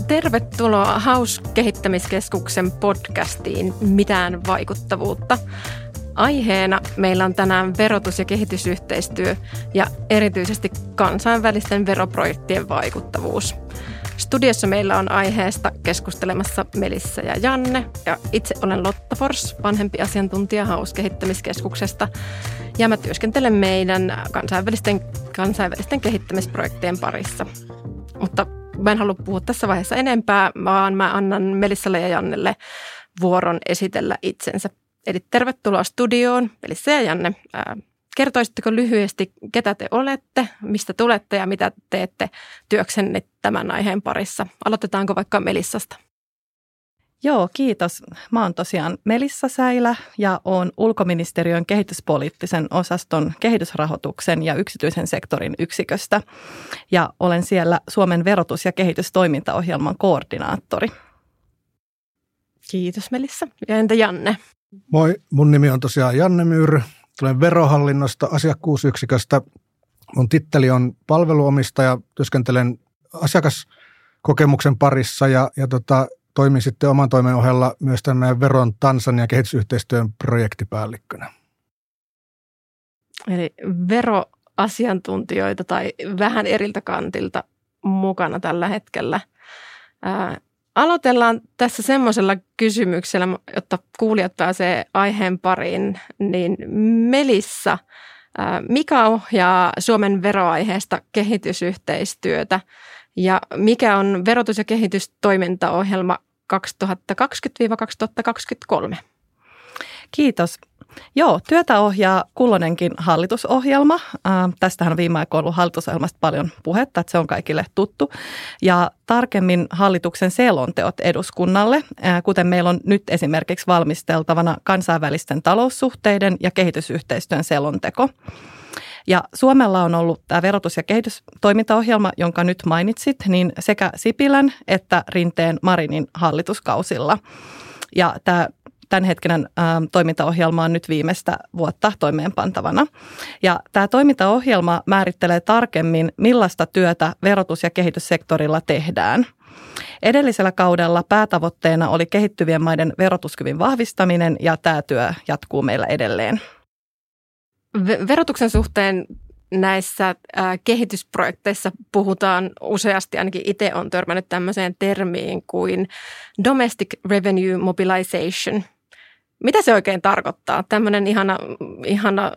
Tervetuloa HAUS-kehittämiskeskuksen podcastiin Mitään vaikuttavuutta. Aiheena meillä on tänään verotus- ja kehitysyhteistyö ja erityisesti kansainvälisten veroprojektien vaikuttavuus. Studiossa meillä on aiheesta keskustelemassa Melissa ja Janne ja itse olen Lotta Fors, vanhempi asiantuntija HAUS-kehittämiskeskuksesta ja mä työskentelen meidän kansainvälisten kehittämisprojektien parissa. Mutta mä en halua puhua tässä vaiheessa enempää, vaan mä annan Melissalle ja Jannelle vuoron esitellä itsensä. Eli tervetuloa studioon, Melissa ja Janne. Kertoisitteko lyhyesti, ketä te olette, mistä tulette ja mitä teette työksenne tämän aiheen parissa? Aloitetaanko vaikka Melissasta? Joo, kiitos. Mä oon tosiaan Melissa Säilä ja oon ulkoministeriön kehityspoliittisen osaston kehitysrahoituksen ja yksityisen sektorin yksiköstä. Ja olen siellä Suomen verotus- ja kehitystoimintaohjelman koordinaattori. Kiitos Melissa. Ja entä Janne? Moi, mun nimi on tosiaan Janne Myyrry. Tulen verohallinnosta asiakkuusyksiköstä. Mun titteli on palveluomistaja, työskentelen asiakaskokemuksen parissa ja toimin sitten oman toimen ohella myös tämän meidän Veron Tansania kehitysyhteistyön projektipäällikkönä. Eli veroasiantuntijoita tai vähän eriltä kantilta mukana tällä hetkellä. Aloitellaan tässä semmoisella kysymyksellä, jotta kuulijat pääsee aiheen pariin. Niin Melissa, mikä ohjaa Suomen veroaiheesta kehitysyhteistyötä ja mikä on verotus- ja kehitystoimintaohjelma 2020-2023? Kiitos. Joo, työtä ohjaa kulloinenkin hallitusohjelma. Tästähän on viime aikoina ollut hallitusohjelmasta paljon puhetta, että se on kaikille tuttu. Ja tarkemmin hallituksen selonteot eduskunnalle, kuten meillä on nyt esimerkiksi valmisteltavana kansainvälisten taloussuhteiden ja kehitysyhteistyön selonteko. Ja Suomella on ollut tämä verotus- ja kehitystoimintaohjelma, jonka nyt mainitsit, niin sekä Sipilän että Rinteen-Marinin hallituskausilla. Ja tämänhetkinen toimintaohjelma on nyt viimeistä vuotta toimeenpantavana. Ja tämä toimintaohjelma määrittelee tarkemmin, millaista työtä verotus- ja kehityssektorilla tehdään. Edellisellä kaudella päätavoitteena oli kehittyvien maiden verotuskyvyn vahvistaminen ja tämä työ jatkuu meillä edelleen. Verotuksen suhteen näissä kehitysprojekteissa puhutaan useasti, ainakin itse olen törmännyt tämmöiseen termiin kuin domestic revenue mobilization. Mitä se oikein tarkoittaa? Tämmöinen ihana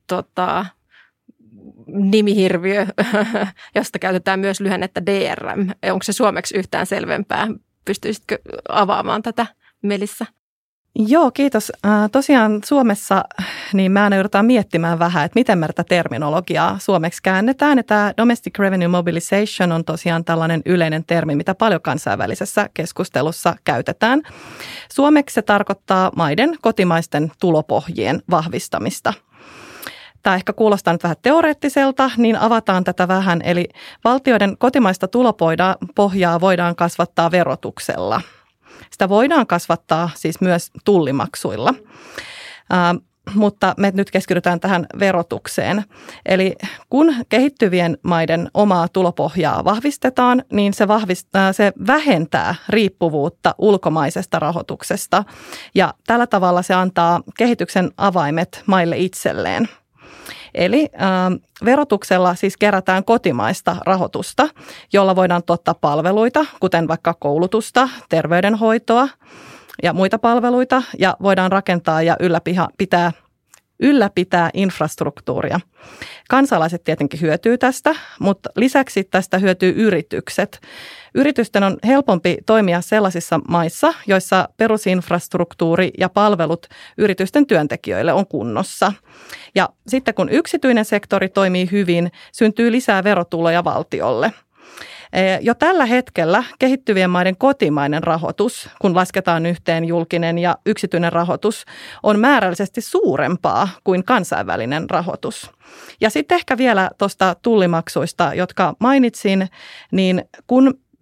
nimihirviö, josta käytetään myös lyhennettä DRM. Onko se suomeksi yhtään selvempää? Pystyisitkö avaamaan tätä, Melissa? Joo, kiitos. Tosiaan Suomessa niin me aina joudutaan miettimään vähän, että miten me tätä terminologiaa suomeksi käännetään. Ja tämä domestic revenue mobilization on tosiaan tällainen yleinen termi, mitä paljon kansainvälisessä keskustelussa käytetään. Suomeksi se tarkoittaa maiden kotimaisten tulopohjien vahvistamista. Tämä ehkä kuulostaa nyt vähän teoreettiselta, niin avataan tätä vähän. Eli valtioiden kotimaista tulopohjaa voidaan kasvattaa verotuksella. Sitä voidaan kasvattaa siis myös tullimaksuilla, mutta me nyt keskitytään tähän verotukseen. Eli kun kehittyvien maiden omaa tulopohjaa vahvistetaan, niin se vähentää riippuvuutta ulkomaisesta rahoituksesta ja tällä tavalla se antaa kehityksen avaimet maille itselleen. Eli verotuksella siis kerätään kotimaista rahoitusta, jolla voidaan tuottaa palveluita, kuten vaikka koulutusta, terveydenhoitoa ja muita palveluita, ja voidaan rakentaa ja ylläpitää infrastruktuuria. Kansalaiset tietenkin hyötyy tästä, mutta lisäksi tästä hyötyy yritykset. Yritysten on helpompi toimia sellaisissa maissa, joissa perusinfrastruktuuri ja palvelut yritysten työntekijöille on kunnossa. Ja sitten kun yksityinen sektori toimii hyvin, syntyy lisää verotuloja valtiolle. Jo tällä hetkellä kehittyvien maiden kotimainen rahoitus, kun lasketaan yhteen julkinen ja yksityinen rahoitus, on määrällisesti suurempaa kuin kansainvälinen rahoitus. Ja sitten ehkä vielä tuosta tullimaksuista, jotka mainitsin, niin kun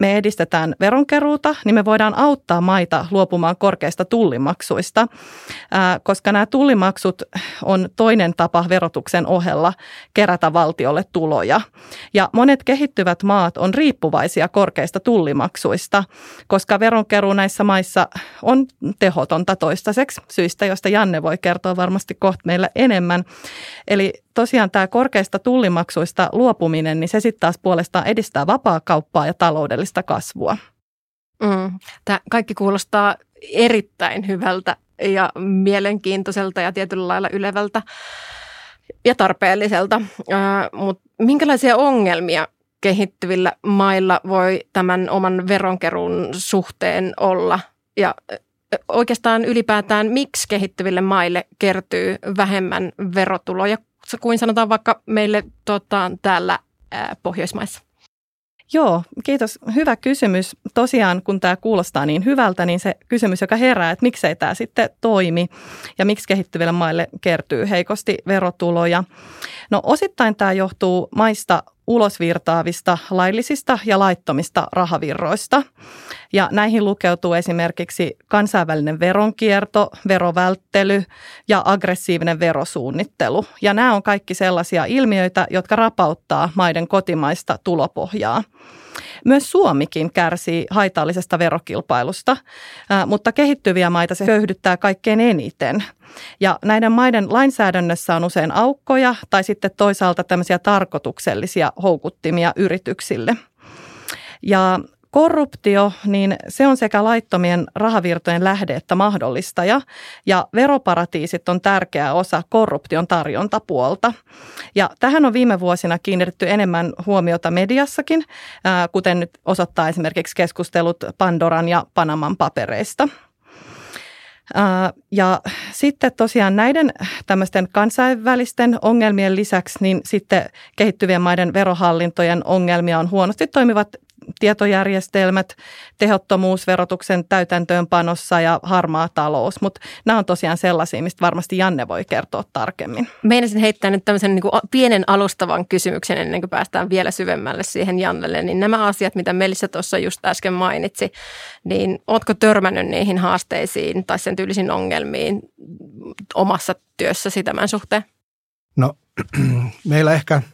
me edistetään veronkeruuta, niin me voidaan auttaa maita luopumaan korkeista tullimaksuista, koska nämä tullimaksut on toinen tapa verotuksen ohella kerätä valtiolle tuloja. Ja monet kehittyvät maat on riippuvaisia korkeista tullimaksuista, koska veronkeruu näissä maissa on tehotonta toistaiseksi syistä, joista Janne voi kertoa varmasti kohta meille enemmän. Eli tosiaan tämä korkeista tullimaksuista luopuminen, niin se sitten taas puolestaan edistää vapaakauppaa ja taloudellista kasvua. Tämä kaikki kuulostaa erittäin hyvältä ja mielenkiintoiselta ja tietyllä lailla ylevältä ja tarpeelliselta. Mutta minkälaisia ongelmia kehittyvillä mailla voi tämän oman veronkeruun suhteen olla? Ja oikeastaan ylipäätään, miksi kehittyville maille kertyy vähemmän verotuloja kuin sanotaan vaikka meille täällä Pohjoismaissa? Joo, kiitos. Hyvä kysymys. Tosiaan, kun tämä kuulostaa niin hyvältä, niin se kysymys, joka herää, että miksei tämä sitten toimi ja miksi kehittyville maille kertyy heikosti verotuloja. No osittain tämä johtuu maista ulosvirtaavista laillisista ja laittomista rahavirroista. Ja näihin lukeutuu esimerkiksi kansainvälinen veronkierto, verovälttely ja aggressiivinen verosuunnittelu. Ja nämä on kaikki sellaisia ilmiöitä, jotka rapauttaa maiden kotimaista tulopohjaa. Myös Suomikin kärsii haitallisesta verokilpailusta, mutta kehittyviä maita se köyhdyttää kaikkein eniten. Ja näiden maiden lainsäädännössä on usein aukkoja tai sitten toisaalta tämmöisiä tarkoituksellisia houkuttimia yrityksille. Ja korruptio, niin se on sekä laittomien rahavirtojen lähde että mahdollistaja, ja veroparatiisit on tärkeä osa korruption tarjontapuolta. Ja tähän on viime vuosina kiinnitetty enemmän huomiota mediassakin, kuten nyt osoittaa esimerkiksi keskustelut Pandoran ja Panaman papereista. Ja sitten tosiaan näiden tämmöisten kansainvälisten ongelmien lisäksi, niin sitten kehittyvien maiden verohallintojen ongelmia on huonosti toimivat tietojärjestelmät, tehottomuus verotuksen täytäntöönpanossa ja harmaa talous, mutta nämä on tosiaan sellaisia, mistä varmasti Janne voi kertoa tarkemmin. Meinasin heittää nyt tämmöisen niin kuin pienen alustavan kysymyksen ennen kuin päästään vielä syvemmälle siihen Jannelle, niin nämä asiat, mitä Melissa tuossa just äsken mainitsi, niin ootko törmännyt niihin haasteisiin tai sen tyylisiin ongelmiin omassa työssäsi tämän suhteen? No meillä ehkä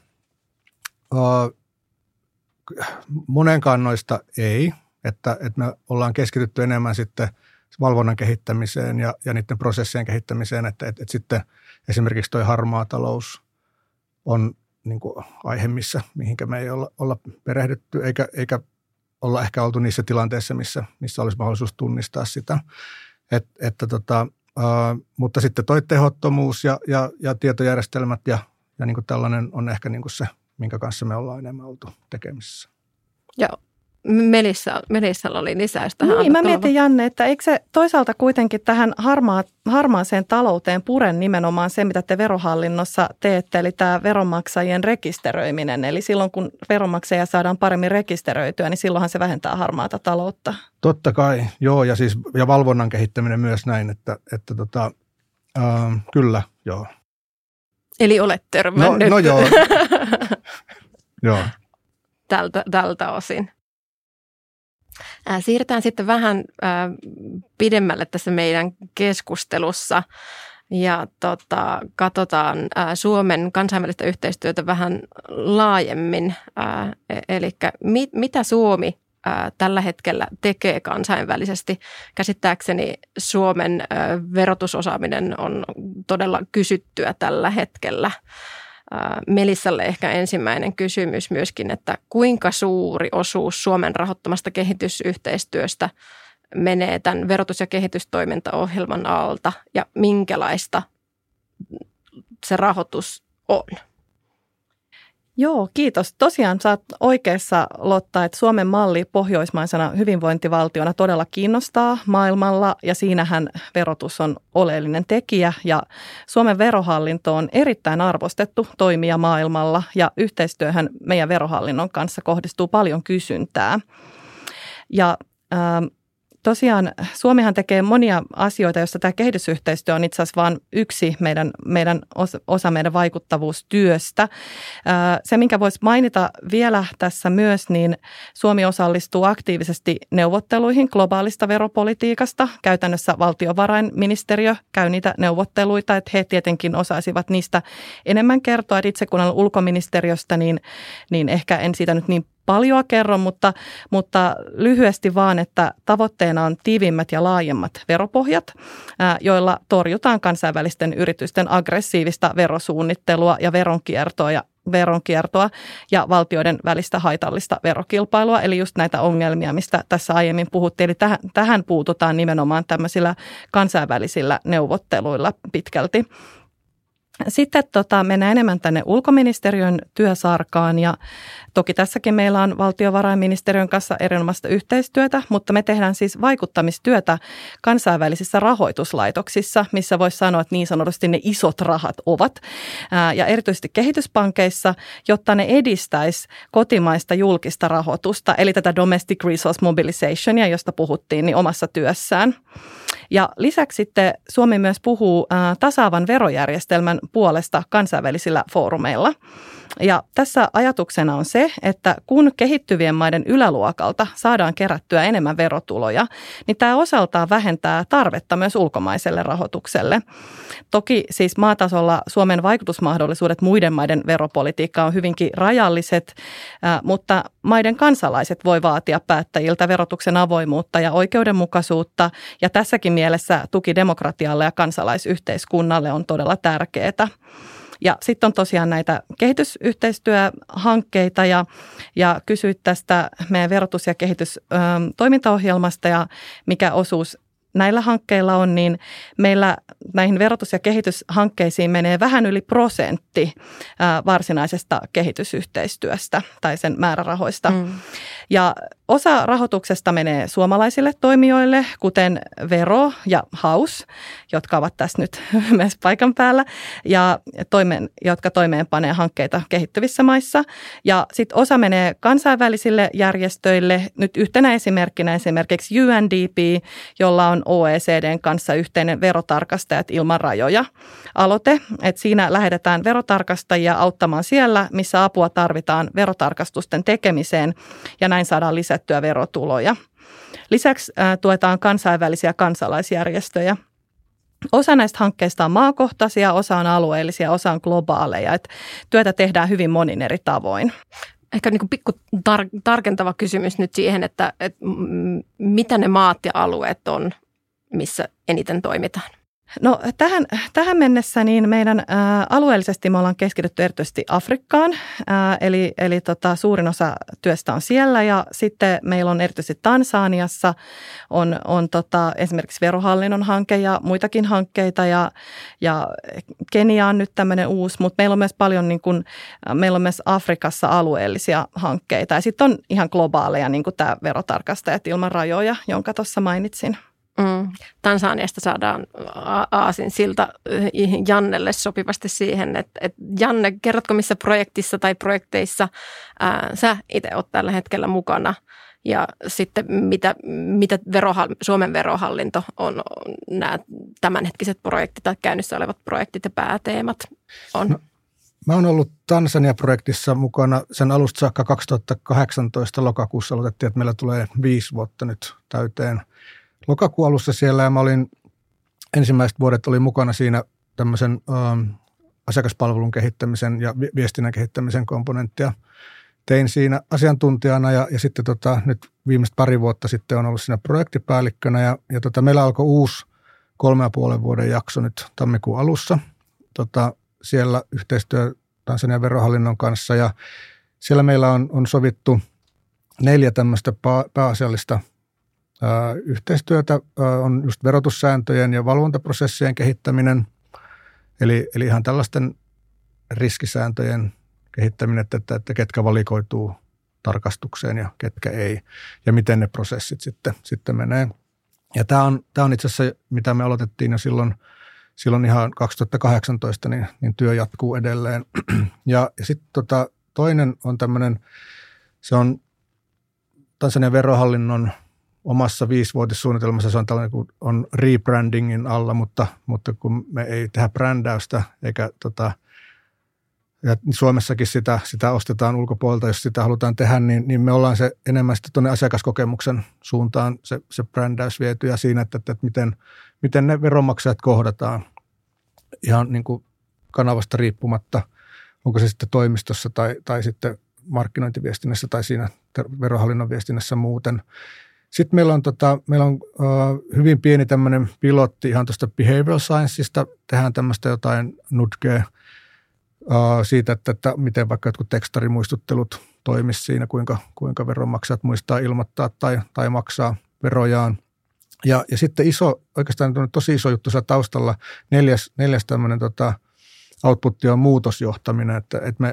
monenkaan noista ei, että me ollaan keskitytty enemmän sitten valvonnan kehittämiseen ja niiden prosessien kehittämiseen, että sitten esimerkiksi toi harmaa talous on niin kuin aihe, mihinkä me ei olla perehdytty, eikä olla ehkä oltu niissä tilanteissa, missä olisi mahdollisuus tunnistaa sitä. Mutta sitten toi tehottomuus ja tietojärjestelmät ja niin kuin tällainen on ehkä niin kuin se, minkä kanssa me ollaan enemmän oltu tekemisissä. Joo. Melissalla oli lisäys tähän. Niin, mä mietin Janne, että eikö se toisaalta kuitenkin tähän harmaaseen talouteen pure nimenomaan se, mitä te verohallinnossa teette, eli tämä veronmaksajien rekisteröiminen. Eli silloin, kun veronmaksajia saadaan paremmin rekisteröityä, niin silloinhan se vähentää harmaata taloutta. Totta kai, joo, ja valvonnan kehittäminen myös näin, että kyllä, joo. Eli olet törmännyt. No joo. Joo. Tältä osin. Siirrytään sitten vähän pidemmälle tässä meidän keskustelussa ja katsotaan Suomen kansainvälistä yhteistyötä vähän laajemmin. Eli mitä Suomi tällä hetkellä tekee kansainvälisesti? Käsittääkseni Suomen verotusosaaminen on todella kysyttyä tällä hetkellä. Melissalle ehkä ensimmäinen kysymys myöskin, että kuinka suuri osuus Suomen rahoittamasta kehitysyhteistyöstä menee tämän verotus- ja kehitystoimintaohjelman alta ja minkälaista se rahoitus on? Joo, kiitos. Tosiaan sä oot oikeassa, Lotta, että Suomen malli pohjoismaisena hyvinvointivaltiona todella kiinnostaa maailmalla ja siinähän verotus on oleellinen tekijä ja Suomen verohallinto on erittäin arvostettu toimija maailmalla ja yhteistyöhön meidän verohallinnon kanssa kohdistuu paljon kysyntää. Ja tosiaan Suomihan tekee monia asioita, joissa tämä kehitysyhteistyö on itse asiassa vain yksi osa meidän vaikuttavuustyöstä. Se, minkä voisi mainita vielä tässä myös, niin Suomi osallistuu aktiivisesti neuvotteluihin globaalista veropolitiikasta. Käytännössä valtiovarainministeriö käy niitä neuvotteluita, että he tietenkin osaisivat niistä enemmän kertoa. Että itse kun olen ulkoministeriöstä, niin ehkä en siitä nyt niin paljon kerro, mutta lyhyesti vaan, että tavoitteena on tiiviimmät ja laajemmat veropohjat, joilla torjutaan kansainvälisten yritysten aggressiivista verosuunnittelua ja veronkiertoa ja valtioiden välistä haitallista verokilpailua, eli just näitä ongelmia, mistä tässä aiemmin puhuttiin. Eli tähän puututaan nimenomaan tämmöisillä kansainvälisillä neuvotteluilla pitkälti. Sitten mennään enemmän tänne ulkoministeriön työsarkaan ja toki tässäkin meillä on valtiovarainministeriön kanssa erinomaista yhteistyötä, mutta me tehdään siis vaikuttamistyötä kansainvälisissä rahoituslaitoksissa, missä voisi sanoa, että niin sanotusti ne isot rahat ovat ja erityisesti kehityspankeissa, jotta ne edistäisi kotimaista julkista rahoitusta, eli tätä domestic resource mobilizationia, josta puhuttiin, niin omassa työssään. Ja lisäksi sitten Suomi myös puhuu tasaavan verojärjestelmän puolesta kansainvälisillä foorumeilla. Ja tässä ajatuksena on se, että kun kehittyvien maiden yläluokalta saadaan kerättyä enemmän verotuloja, niin tämä osaltaan vähentää tarvetta myös ulkomaiselle rahoitukselle. Toki siis maatasolla Suomen vaikutusmahdollisuudet muiden maiden veropolitiikkaan on hyvinkin rajalliset, mutta maiden kansalaiset voi vaatia päättäjiltä verotuksen avoimuutta ja oikeudenmukaisuutta. Ja tässäkin mielessä tuki demokratialle ja kansalaisyhteiskunnalle on todella tärkeää. Ja sitten on tosiaan näitä kehitysyhteistyöhankkeita ja kysyit tästä meidän verotus- ja kehitystoimintaohjelmasta ja mikä osuus näillä hankkeilla on, niin meillä näihin verotus- ja kehityshankkeisiin menee vähän yli 1% varsinaisesta kehitysyhteistyöstä tai sen määrärahoista. Ja osa rahoituksesta menee suomalaisille toimijoille, kuten Vero ja Haus, jotka ovat tässä nyt myös paikan päällä, ja jotka toimeenpanee hankkeita kehittyvissä maissa. Ja sitten osa menee kansainvälisille järjestöille, nyt yhtenä esimerkkinä esimerkiksi UNDP, jolla on OECDn kanssa yhteinen verotarkastajat ilman rajoja -aloite, että siinä lähetetään verotarkastajia auttamaan siellä, missä apua tarvitaan verotarkastusten tekemiseen ja näin saadaan lisättyä verotuloja. Lisäksi tuetaan kansainvälisiä kansalaisjärjestöjä. Osa näistä hankkeista on maakohtaisia, osa on alueellisia, osa on globaaleja. Et työtä tehdään hyvin monin eri tavoin. Ehkä niin kuin pikku tarkentava kysymys nyt siihen, että mitä ne maat ja alueet on, missä eniten toimitaan? No tähän mennessä niin meidän alueellisesti me ollaan keskitytty erityisesti Afrikkaan, eli suurin osa työstä on siellä ja sitten meillä on erityisesti Tansaniassa on esimerkiksi verohallinnon hanke ja muitakin hankkeita ja Kenia on nyt tämmöinen uusi, mutta meillä on myös paljon meillä on myös Afrikassa alueellisia hankkeita ja sitten on ihan globaaleja niin kuin tämä verotarkastajat ilman rajoja, jonka tuossa mainitsin. Tansaniasta saadaan aasinsilta Jannelle sopivasti siihen, että Janne, kerrotko missä projektissa tai projekteissa sä itse oot tällä hetkellä mukana ja sitten mitä Suomen verohallinto on nämä tämänhetkiset projektit tai käynnissä olevat projektit ja pääteemat on? No, mä oon ollut Tansania-projektissa mukana sen alusta saakka 2018 lokakuussa aloitettiin, että meillä tulee 5 vuotta nyt täyteen. Lokakuun alussa siellä ja mä olin ensimmäiset vuodet olin mukana siinä tämmöisen asiakaspalvelun kehittämisen ja viestinnän kehittämisen komponenttia. Tein siinä asiantuntijana ja sitten nyt viimeiset 2 vuotta sitten on ollut siinä projektipäällikkönä ja meillä alkoi uusi 3,5 vuoden jakso nyt tammikuun alussa. Siellä yhteistyö Tansanian verohallinnon kanssa ja siellä meillä on sovittu 4 tämmöistä pääasiallista yhteistyötä on just verotussääntöjen ja valvontaprosessien kehittäminen, eli ihan tällaisten riskisääntöjen kehittäminen, että ketkä valikoituu tarkastukseen ja ketkä ei, ja miten ne prosessit sitten menee. Ja tämä on itse asiassa, mitä me aloitettiin jo silloin ihan 2018, niin työ jatkuu edelleen. Ja sitten toinen on tämmöinen, se on Tansanian verohallinnon omassa 5-vuotissuunnitelmassa, se on tällainen kuin on rebrandingin alla, mutta kun me ei tehdä brändäystä eikä ja Suomessakin sitä ostetaan ulkopuolelta, jos sitä halutaan tehdä, niin me ollaan se enemmän sitten tuonne asiakaskokemuksen suuntaan se brändäys viety ja siinä, että miten ne veronmaksajat kohdataan ihan niin kuin kanavasta riippumatta, onko se sitten toimistossa tai sitten markkinointiviestinnässä tai siinä verohallinnon viestinnässä muuten. Sitten meillä on hyvin pieni tämmöinen pilotti ihan tuosta behavioral scienceista, tehdään tämmöistä jotain nudgea siitä, että miten vaikka jotkut tekstarimuistuttelut toimisi siinä, kuinka veronmaksajat muistaa ilmoittaa tai maksaa verojaan. Ja sitten oikeastaan tosi iso juttu siellä taustalla, neljäs tämmöinen outputti on muutosjohtaminen, että me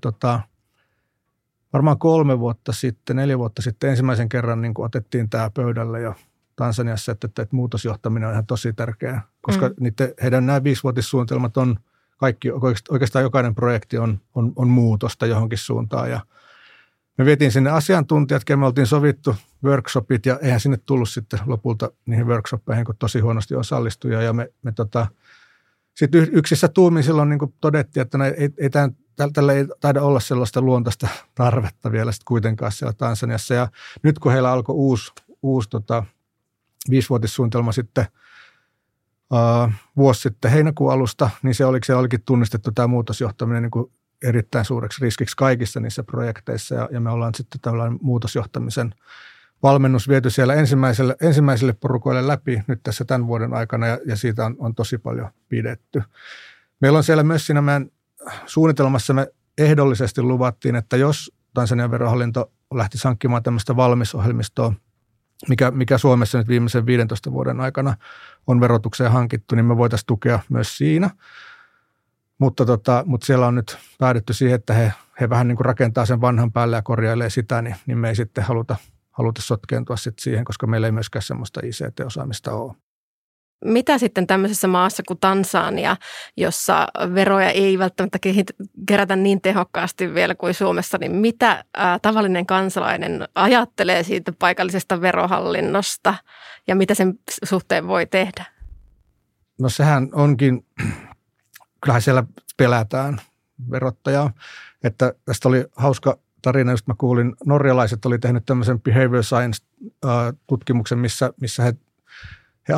varmaan 4 vuotta sitten ensimmäisen kerran niin otettiin tämä pöydälle jo Tansaniassa, että muutosjohtaminen on ihan tosi tärkeää, koska heidän nämä 5-vuotissuunnitelmat on kaikki, oikeastaan jokainen projekti on muutosta johonkin suuntaan ja me vietiin sinne asiantuntijat, me oltiin sovittu workshopit ja eihän sinne tullut sitten lopulta niihin workshoppeihin, kun tosi huonosti osallistuja ja me sitten yksissä tuumin silloin niin todettiin, että tällä ei taida olla sellaista luontaista tarvetta vielä sitten kuitenkaan siellä Tansaniassa ja nyt kun heillä alkoi uusi 5-vuotissuunnitelma sitten vuosi sitten heinäkuun alusta, niin se olikin tunnistettu tämä muutosjohtaminen niin kuin erittäin suureksi riskiksi kaikissa niissä projekteissa ja me ollaan sitten tällainen muutosjohtamisen valmennus viety siellä ensimmäiselle porukoille läpi nyt tässä tämän vuoden aikana ja siitä on tosi paljon pidetty. Meillä on siellä myös siinä meidän suunnitelmassa me ehdollisesti luvattiin, että jos Tansanian verohallinto lähtisi hankkimaan tämmöistä valmisohjelmistoa, mikä Suomessa nyt viimeisen 15 vuoden aikana on verotukseen hankittu, niin me voitaisiin tukea myös siinä. Mutta siellä on nyt päädytty siihen, että he vähän niin kuin rakentaa sen vanhan päälle ja korjailee sitä, niin me ei sitten haluta sotkeentua sitten siihen, koska meillä ei myöskään semmoista ICT-osaamista ole. Mitä sitten tämmöisessä maassa kuin Tansania, jossa veroja ei välttämättä kerätä niin tehokkaasti vielä kuin Suomessa, niin mitä tavallinen kansalainen ajattelee siitä paikallisesta verohallinnosta ja mitä sen suhteen voi tehdä? No sehän onkin, kyllähän siellä pelätään verottajaa, että tästä oli hauska tarina, just mä kuulin, norjalaiset oli tehnyt tämmöisen behavior science-tutkimuksen, missä he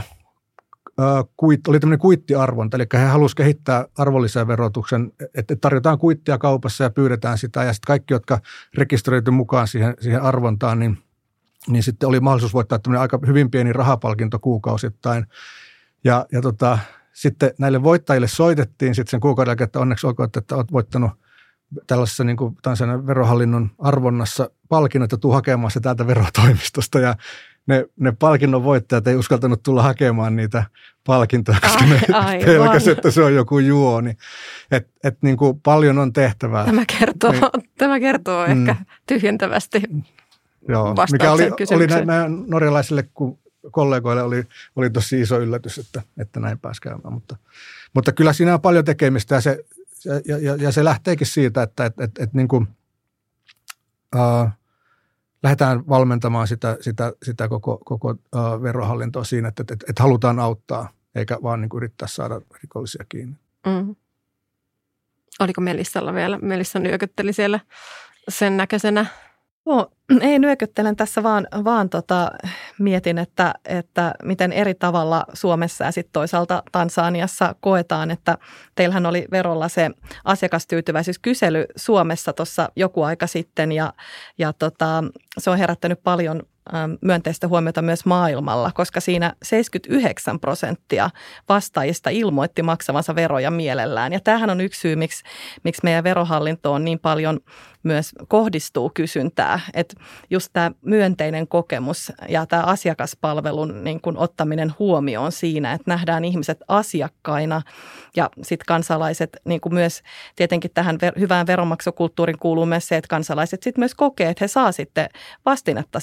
oli tämmöinen kuittiarvonta, eli he halusivat kehittää arvonlisäverotuksen, että tarjotaan kuittia kaupassa ja pyydetään sitä, ja sitten kaikki, jotka rekisteröityivät mukaan siihen arvontaan, niin sitten oli mahdollisuus voittaa tämmöinen aika hyvin pieni rahapalkinto kuukausittain, ja sitten näille voittajille soitettiin sitten sen kuukauden jälkeen, että onneksi olkoon, että olet voittanut tällaisessa niin kuin Tansanian verohallinnon arvonnassa palkinnot ja tuu hakemaan se täältä verotoimistosta ja ne palkinnon voittajat ei uskaltanut tulla hakemaan niitä palkintoja, koska ne pelkäsivät, että se on joku juoni. Että niin kuin paljon on tehtävää. Tämä kertoo ehkä tyhjentävästi mikä vastauksen oli näin norjalaisille kollegoille oli tosi iso yllätys, että näin pääsi käymään. Mutta kyllä siinä on paljon tekemistä ja se lähteekin siitä, että niin kuin, lähdetään valmentamaan sitä koko verohallintoa siinä, että halutaan auttaa, eikä vaan niin kuin yrittää saada rikollisia kiinni. Mm. Oliko Melissalla vielä? Melissa nyökytteli siellä sen näköisenä. No, ei nyökyttelen tässä, vaan mietin, että miten eri tavalla Suomessa ja sitten toisaalta Tansaniassa koetaan, että teillähän oli verolla se asiakastyytyväisyyskysely Suomessa tuossa joku aika sitten ja se on herättänyt paljon myönteistä huomiota myös maailmalla, koska siinä 79% vastaajista ilmoitti maksavansa veroja mielellään. Ja tämähän on yksi syy, miksi meidän verohallintoon niin paljon myös kohdistuu kysyntää. Että just tämä myönteinen kokemus ja tämä asiakaspalvelun niin kuin ottaminen huomioon siinä, että nähdään ihmiset asiakkaina ja sitten kansalaiset niin kuin myös tietenkin tähän hyvään veronmaksukulttuuriin kuuluu myös se, että kansalaiset sitten myös kokee, että he saa sitten vastinetta sille rahalle,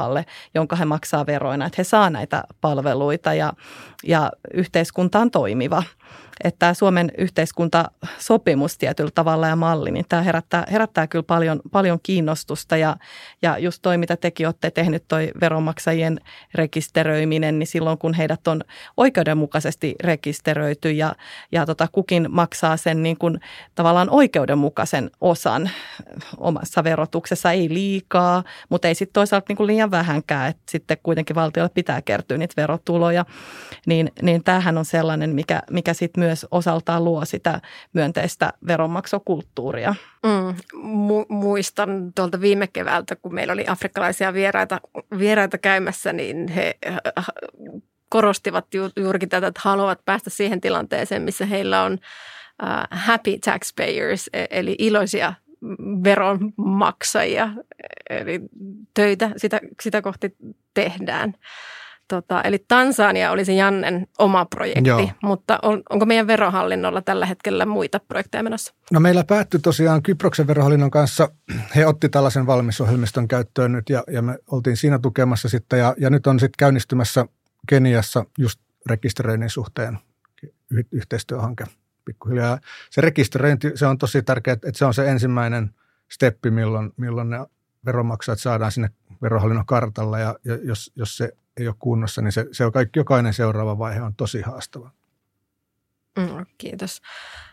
tavalle, jonka he maksaa veroina, että he saa näitä palveluita ja yhteiskunta on toimiva. Että tämä Suomen yhteiskuntasopimus tietyllä tavalla ja malli, niin tämä herättää kyllä paljon kiinnostusta ja just toi, mitä tekin olette tehnyt, toi veronmaksajien rekisteröiminen, niin silloin kun heidät on oikeudenmukaisesti rekisteröity ja kukin maksaa sen niin kuin tavallaan oikeudenmukaisen osan omassa verotuksessa, ei liikaa, mutta ei sitten toisaalta niin kuin liian vähänkään, että sitten kuitenkin valtiolle pitää kertyä niitä verotuloja, niin tämähän on sellainen, mikä sitten myös osaltaan luo sitä myönteistä veronmaksukulttuuria. Muistan tuolta viime keväältä, kun meillä oli afrikkalaisia vieraita käymässä, niin he korostivat juurikin tätä, että haluavat päästä siihen tilanteeseen, missä heillä on happy taxpayers, eli iloisia veronmaksajia, eli töitä sitä kohti tehdään. Eli Tansania oli se Jannen oma projekti, Joo. Mutta onko meidän verohallinnolla tällä hetkellä muita projekteja menossa? No meillä päättyi tosiaan Kyproksen verohallinnon kanssa. He otti tällaisen valmisohjelmiston käyttöön nyt ja me oltiin siinä tukemassa sitten ja nyt on sitten käynnistymässä Keniassa just rekisteröinnin suhteen yhteistyöhanke pikkuhiljaa. Se rekisteröinti, se on tosi tärkeää, että se on se ensimmäinen steppi, milloin ne veronmaksajat saadaan sinne verohallinnon kartalla ja jos se ei ole kunnossa, niin se on jokainen seuraava vaihe on tosi haastava. Kiitos.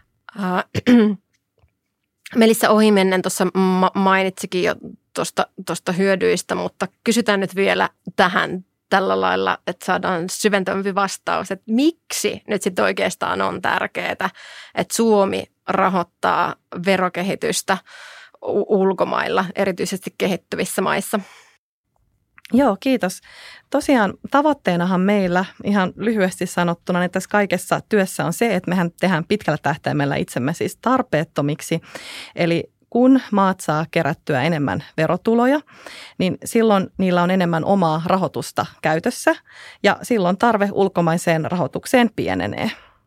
Melissa ohimennen tuossa mainitsikin jo tuosta hyödyistä, mutta kysytään nyt vielä tähän tällä lailla, että saadaan syventävämpi vastaus, että miksi nyt sitten oikeastaan on tärkeää, että Suomi rahoittaa verokehitystä ulkomailla, erityisesti kehittyvissä maissa? Joo, kiitos. Tosiaan tavoitteenahan meillä ihan lyhyesti sanottuna, niin tässä kaikessa työssä on se, että mehän tehdään pitkällä tähtäimellä itsemme siis tarpeettomiksi. Eli kun maat saa kerättyä enemmän verotuloja, niin silloin niillä on enemmän omaa rahoitusta käytössä ja silloin tarve ulkomaiseen rahoitukseen pienenee.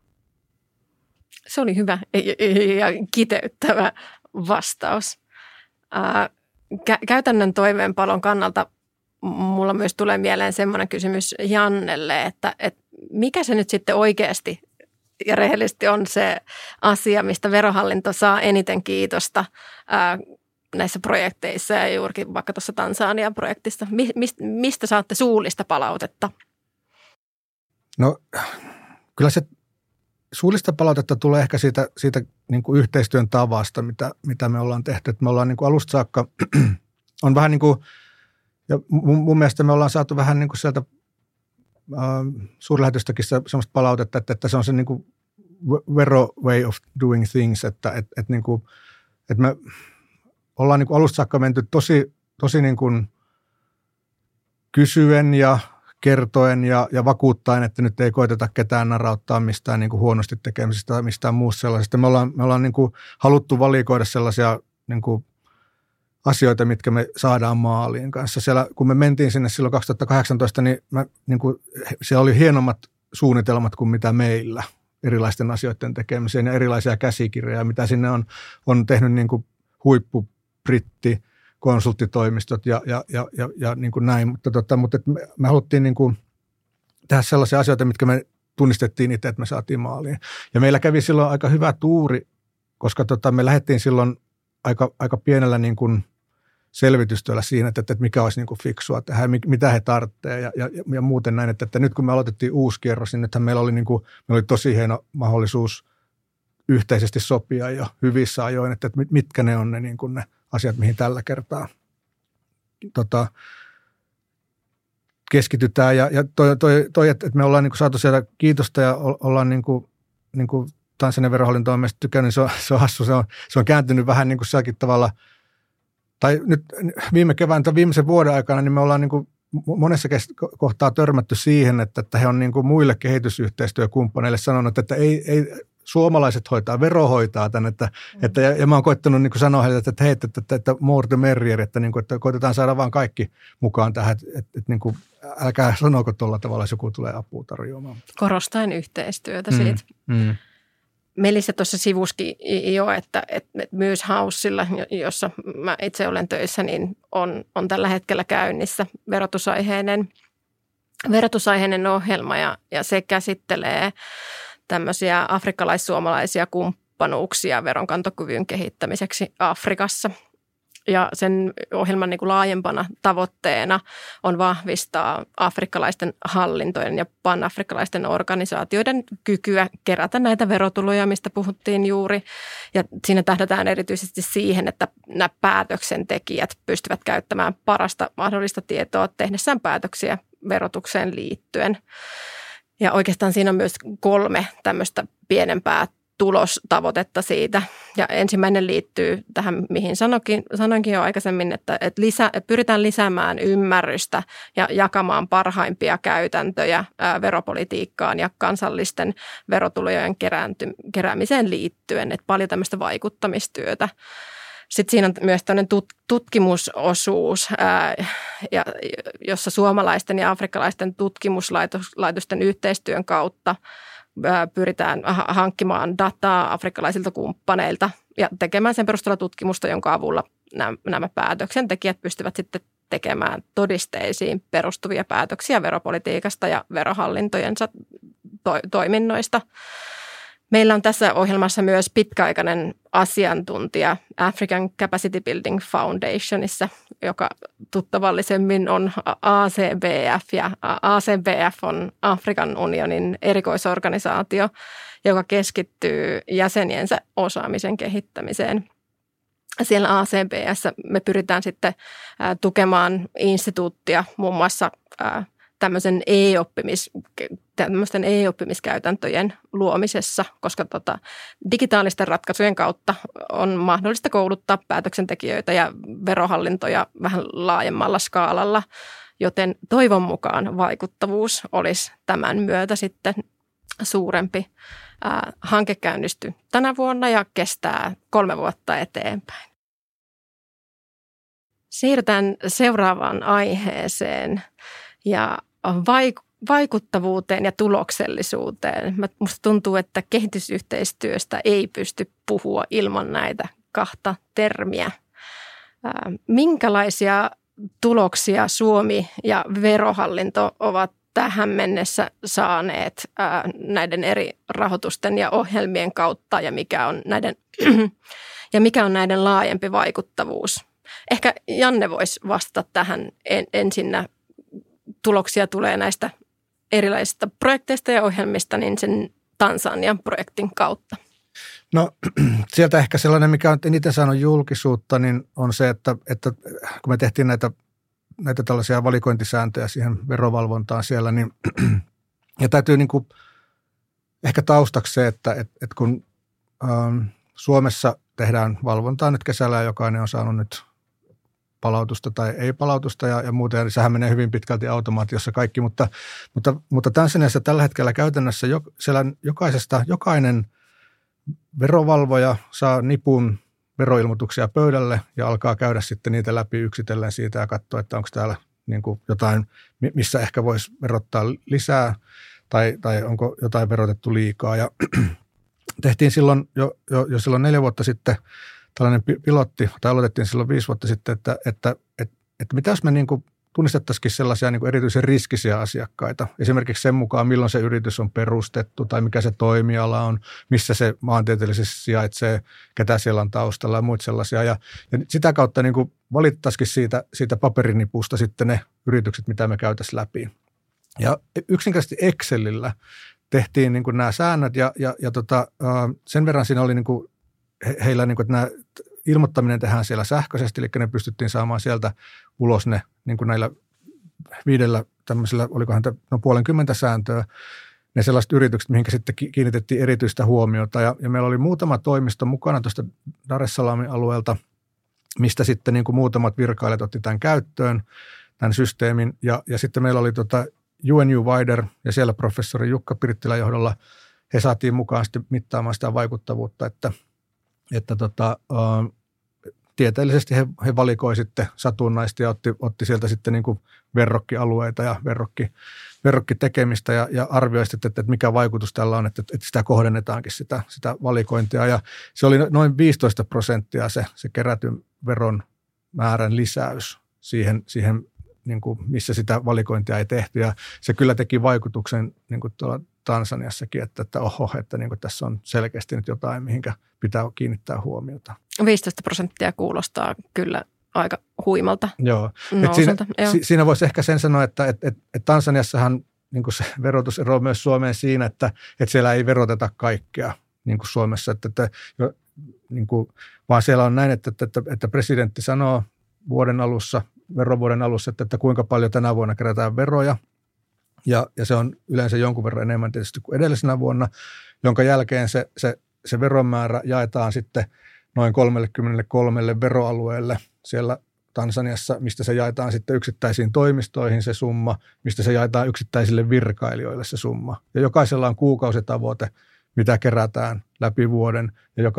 Se oli hyvä ja kiteyttävä vastaus. Käytännön toimeenpalon kannalta mulla myös tulee mieleen semmoinen kysymys Jannelle, että mikä se nyt sitten oikeasti ja rehellisesti on se asia, mistä verohallinto saa eniten kiitosta näissä projekteissa ja juurikin vaikka tuossa Tansanian projektissa. Mistä saatte suullista palautetta? No kyllä se suullista palautetta tulee ehkä siitä niin kuin yhteistyön tavasta, mitä me ollaan tehty. Että me ollaan niin kuin alusta saakka, on vähän niin kuin, ja mun mielestä me ollaan saatu vähän niin kuin sieltä suurlähetystäkin semmoista palautetta, että se on se niin kuin vero way of doing things, että niin kuin, että me ollaan niin kuin alusta saakka menty tosi niin kuin kysyen ja kertoen ja vakuuttaen, että nyt ei koeteta ketään narauttaa mistään niin kuin huonosti tekemisestä tai mistään muusta sellaisesta. Me ollaan niin kuin haluttu valikoida sellaisia niin kuin asioita, mitkä me saadaan maaliin kanssa. Siellä, kun me mentiin sinne silloin 2018, niin siellä oli hienommat suunnitelmat kuin mitä meillä erilaisten asioiden tekemiseen ja erilaisia käsikirjoja, mitä sinne on tehnyt niin kuin huippubritti konsulttitoimistot ja niin kuin näin. Mutta me haluttiin niin kuin tehdä sellaisia asioita, mitkä me tunnistettiin itse, että me saatiin maaliin. Ja meillä kävi silloin aika hyvä tuuri, koska me lähdettiin silloin aika pienellä niin kuin selvitystyöllä siinä, että mikä olisi niin kuin fiksua tehdä, mitä he tarvitsee ja muuten näin. Että nyt kun me aloitettiin uusi kierros, niin nythän meillä oli tosi hieno mahdollisuus yhteisesti sopia jo hyvissä ajoin, että mitkä ne on ne, niin kuin ne asiat, mihin tällä kertaa keskitytään. Ja toi että me ollaan niin kuin saatu sieltä kiitosta ja ollaan niin kuin Tansanian verohallinto on meistä tykännyt, niin se on hassu. Se on kääntynyt vähän niin kuin sielläkin tavalla, tai nyt viime kevään tai viimeisen vuoden aikana, niin me ollaan niin kuin monessa kohtaa törmätty siihen, että he on niin kuin muille kehitysyhteistyökumppaneille sanonut, että ei suomalaiset vero hoitaa tämän, ja mä oon koittanut niin kuin sanoa heille, että hei, että more the merrier, että koitetaan saada vaan kaikki mukaan tähän, että niin kuin, älkää sanooko tuolla tavalla, jos joku tulee apua tarjoamaan. Korostaen yhteistyötä siitä. Melissa tuossa sivuskin jo, että myös Housella, jossa mä itse olen töissä, niin on tällä hetkellä käynnissä verotusaiheinen ohjelma ja se käsittelee tämmöisiä afrikkalais-suomalaisia kumppanuuksia veronkantokyvyn kehittämiseksi Afrikassa. Ja sen ohjelman niin kuin laajempana tavoitteena on vahvistaa afrikkalaisten hallintojen ja panafrikkalaisten organisaatioiden kykyä kerätä näitä verotuloja, mistä puhuttiin juuri. Ja siinä tähdätään erityisesti siihen, että nämä päätöksentekijät pystyvät käyttämään parasta mahdollista tietoa tehdessään päätöksiä verotukseen liittyen. Ja oikeastaan siinä on myös 3 tämmöistä pienempää tulostavoitetta siitä. Ja ensimmäinen liittyy tähän, mihin sanoinkin jo aikaisemmin, että pyritään lisäämään ymmärrystä ja jakamaan parhaimpia käytäntöjä veropolitiikkaan ja kansallisten verotulojen keräämiseen liittyen. Että paljon tämmöistä vaikuttamistyötä. Sitten siinä on myös tämmöinen tutkimusosuus, jossa suomalaisten ja afrikkalaisten tutkimuslaitosten yhteistyön kautta pyritään hankkimaan dataa afrikkalaisilta kumppaneilta ja tekemään sen perusteella tutkimusta, jonka avulla nämä päätöksentekijät pystyvät sitten tekemään todisteisiin perustuvia päätöksiä veropolitiikasta ja verohallintojensa toiminnoista. Meillä on tässä ohjelmassa myös pitkäaikainen asiantuntija African Capacity Building Foundationissa, joka tuttavallisemmin on ACBF, ja ACBF on Afrikan unionin erikoisorganisaatio, joka keskittyy jäseniensä osaamisen kehittämiseen. Siellä ACB:ssä me pyritään sitten tukemaan instituuttia muun muassa tämmöisten e-oppimiskäytäntöjen luomisessa, koska digitaalisten ratkaisujen kautta on mahdollista kouluttaa päätöksentekijöitä ja verohallintoja vähän laajemmalla skaalalla, joten toivon mukaan vaikuttavuus olisi tämän myötä sitten suurempi. Hanke käynnistyi tänä vuonna ja kestää 3 vuotta eteenpäin. Siirrytään seuraavaan aiheeseen ja vaikuttavuuteen ja tuloksellisuuteen. Musta tuntuu, että kehitysyhteistyöstä ei pysty puhua ilman näitä 2 termiä. Minkälaisia tuloksia Suomi ja verohallinto ovat tähän mennessä saaneet näiden eri rahoitusten ja ohjelmien kautta ja mikä on näiden laajempi vaikuttavuus? Ehkä Janne voisi vastata tähän ensinnä. Tuloksia tulee näistä erilaisista projekteista ja ohjelmista, niin sen Tansanian projektin kautta. No sieltä ehkä sellainen, mikä on eniten saanut julkisuutta, niin on se, että kun me tehtiin näitä tällaisia valikointisääntöjä siihen verovalvontaan siellä, niin ja täytyy niin kuin ehkä taustaksi se, että kun Suomessa tehdään valvontaa nyt kesällä ja jokainen on saanut nyt palautusta tai ei palautusta ja muuta, ja sehän menee hyvin pitkälti automaatiossa kaikki, mutta Tansaniassa tällä hetkellä käytännössä siellä jokainen verovalvoja saa nipun veroilmoituksia pöydälle ja alkaa käydä sitten niitä läpi yksitellen siitä ja katsoa, että onko täällä niin kuin jotain, missä ehkä voisi verottaa lisää tai onko jotain verotettu liikaa. Ja tehtiin silloin jo silloin 4 vuotta sitten tällainen pilotti, tai aloitettiin silloin 5 vuotta sitten, että mitä jos me niin kuin tunnistettaisiin sellaisia niin kuin erityisen riskisiä asiakkaita. Esimerkiksi sen mukaan, milloin se yritys on perustettu tai mikä se toimiala on, missä se maantieteellisesti sijaitsee, ketä siellä on taustalla ja muita sellaisia. Ja sitä kautta niin kuin valittaisikin siitä paperinipusta sitten ne yritykset, mitä me käytäisiin läpi. Ja yksinkertaisesti Excelillä tehtiin niin kuin nämä säännöt ja sen verran siinä oli niin kuin heillä, niin kuin, että nämä ilmoittaminen tehdään siellä sähköisesti, eli ne pystyttiin saamaan sieltä ulos ne niin kuin näillä 5 tämmöisellä, olikohan 50 sääntöä, ne sellaiset yritykset, mihinkä sitten kiinnitettiin erityistä huomiota. Ja meillä oli muutama toimisto mukana tuosta Dar es Salamin alueelta, mistä sitten niin kuin muutamat virkailijat otti tämän käyttöön, tämän systeemin. Ja sitten meillä oli UNU Wider ja siellä professori Jukka Pirttilän johdolla he saatiin mukaan sitten mittaamaan sitä vaikuttavuutta, että tieteellisesti he valikoi sitten satunnaisesti ja otti sieltä sitten niin kuin verrokkialueita ja verrokkitekemistä ja arvioisi, että mikä vaikutus tällä on, että sitä kohdennetaankin sitä valikointia. Ja se oli noin 15% se kerätyn veron määrän lisäys siihen niin kuin, missä sitä valikointia ei tehty. Ja se kyllä teki vaikutuksen niin kuin tuolla Tansaniassakin, että niin kuin tässä on selkeästi nyt jotain, mihinkä pitää kiinnittää huomiota. 15% kuulostaa kyllä aika huimalta. Joo. Siinä voisi ehkä sen sanoa, että Tansaniassahan niin kuin se verotus eroaa myös Suomeen siinä, että siellä ei veroteta kaikkea niin kuin Suomessa. Niin kuin, vaan siellä on näin, että presidentti sanoo verovuoden alussa, että kuinka paljon tänä vuonna kerätään veroja. Ja se on yleensä jonkun verran enemmän tietysti kuin edellisenä vuonna, jonka jälkeen se veromäärä jaetaan sitten noin 33 veroalueelle siellä Tansaniassa, mistä se jaetaan sitten yksittäisiin toimistoihin se summa, mistä se jaetaan yksittäisille virkailijoille se summa. Ja jokaisella on kuukausitavoite, mitä kerätään läpi vuoden.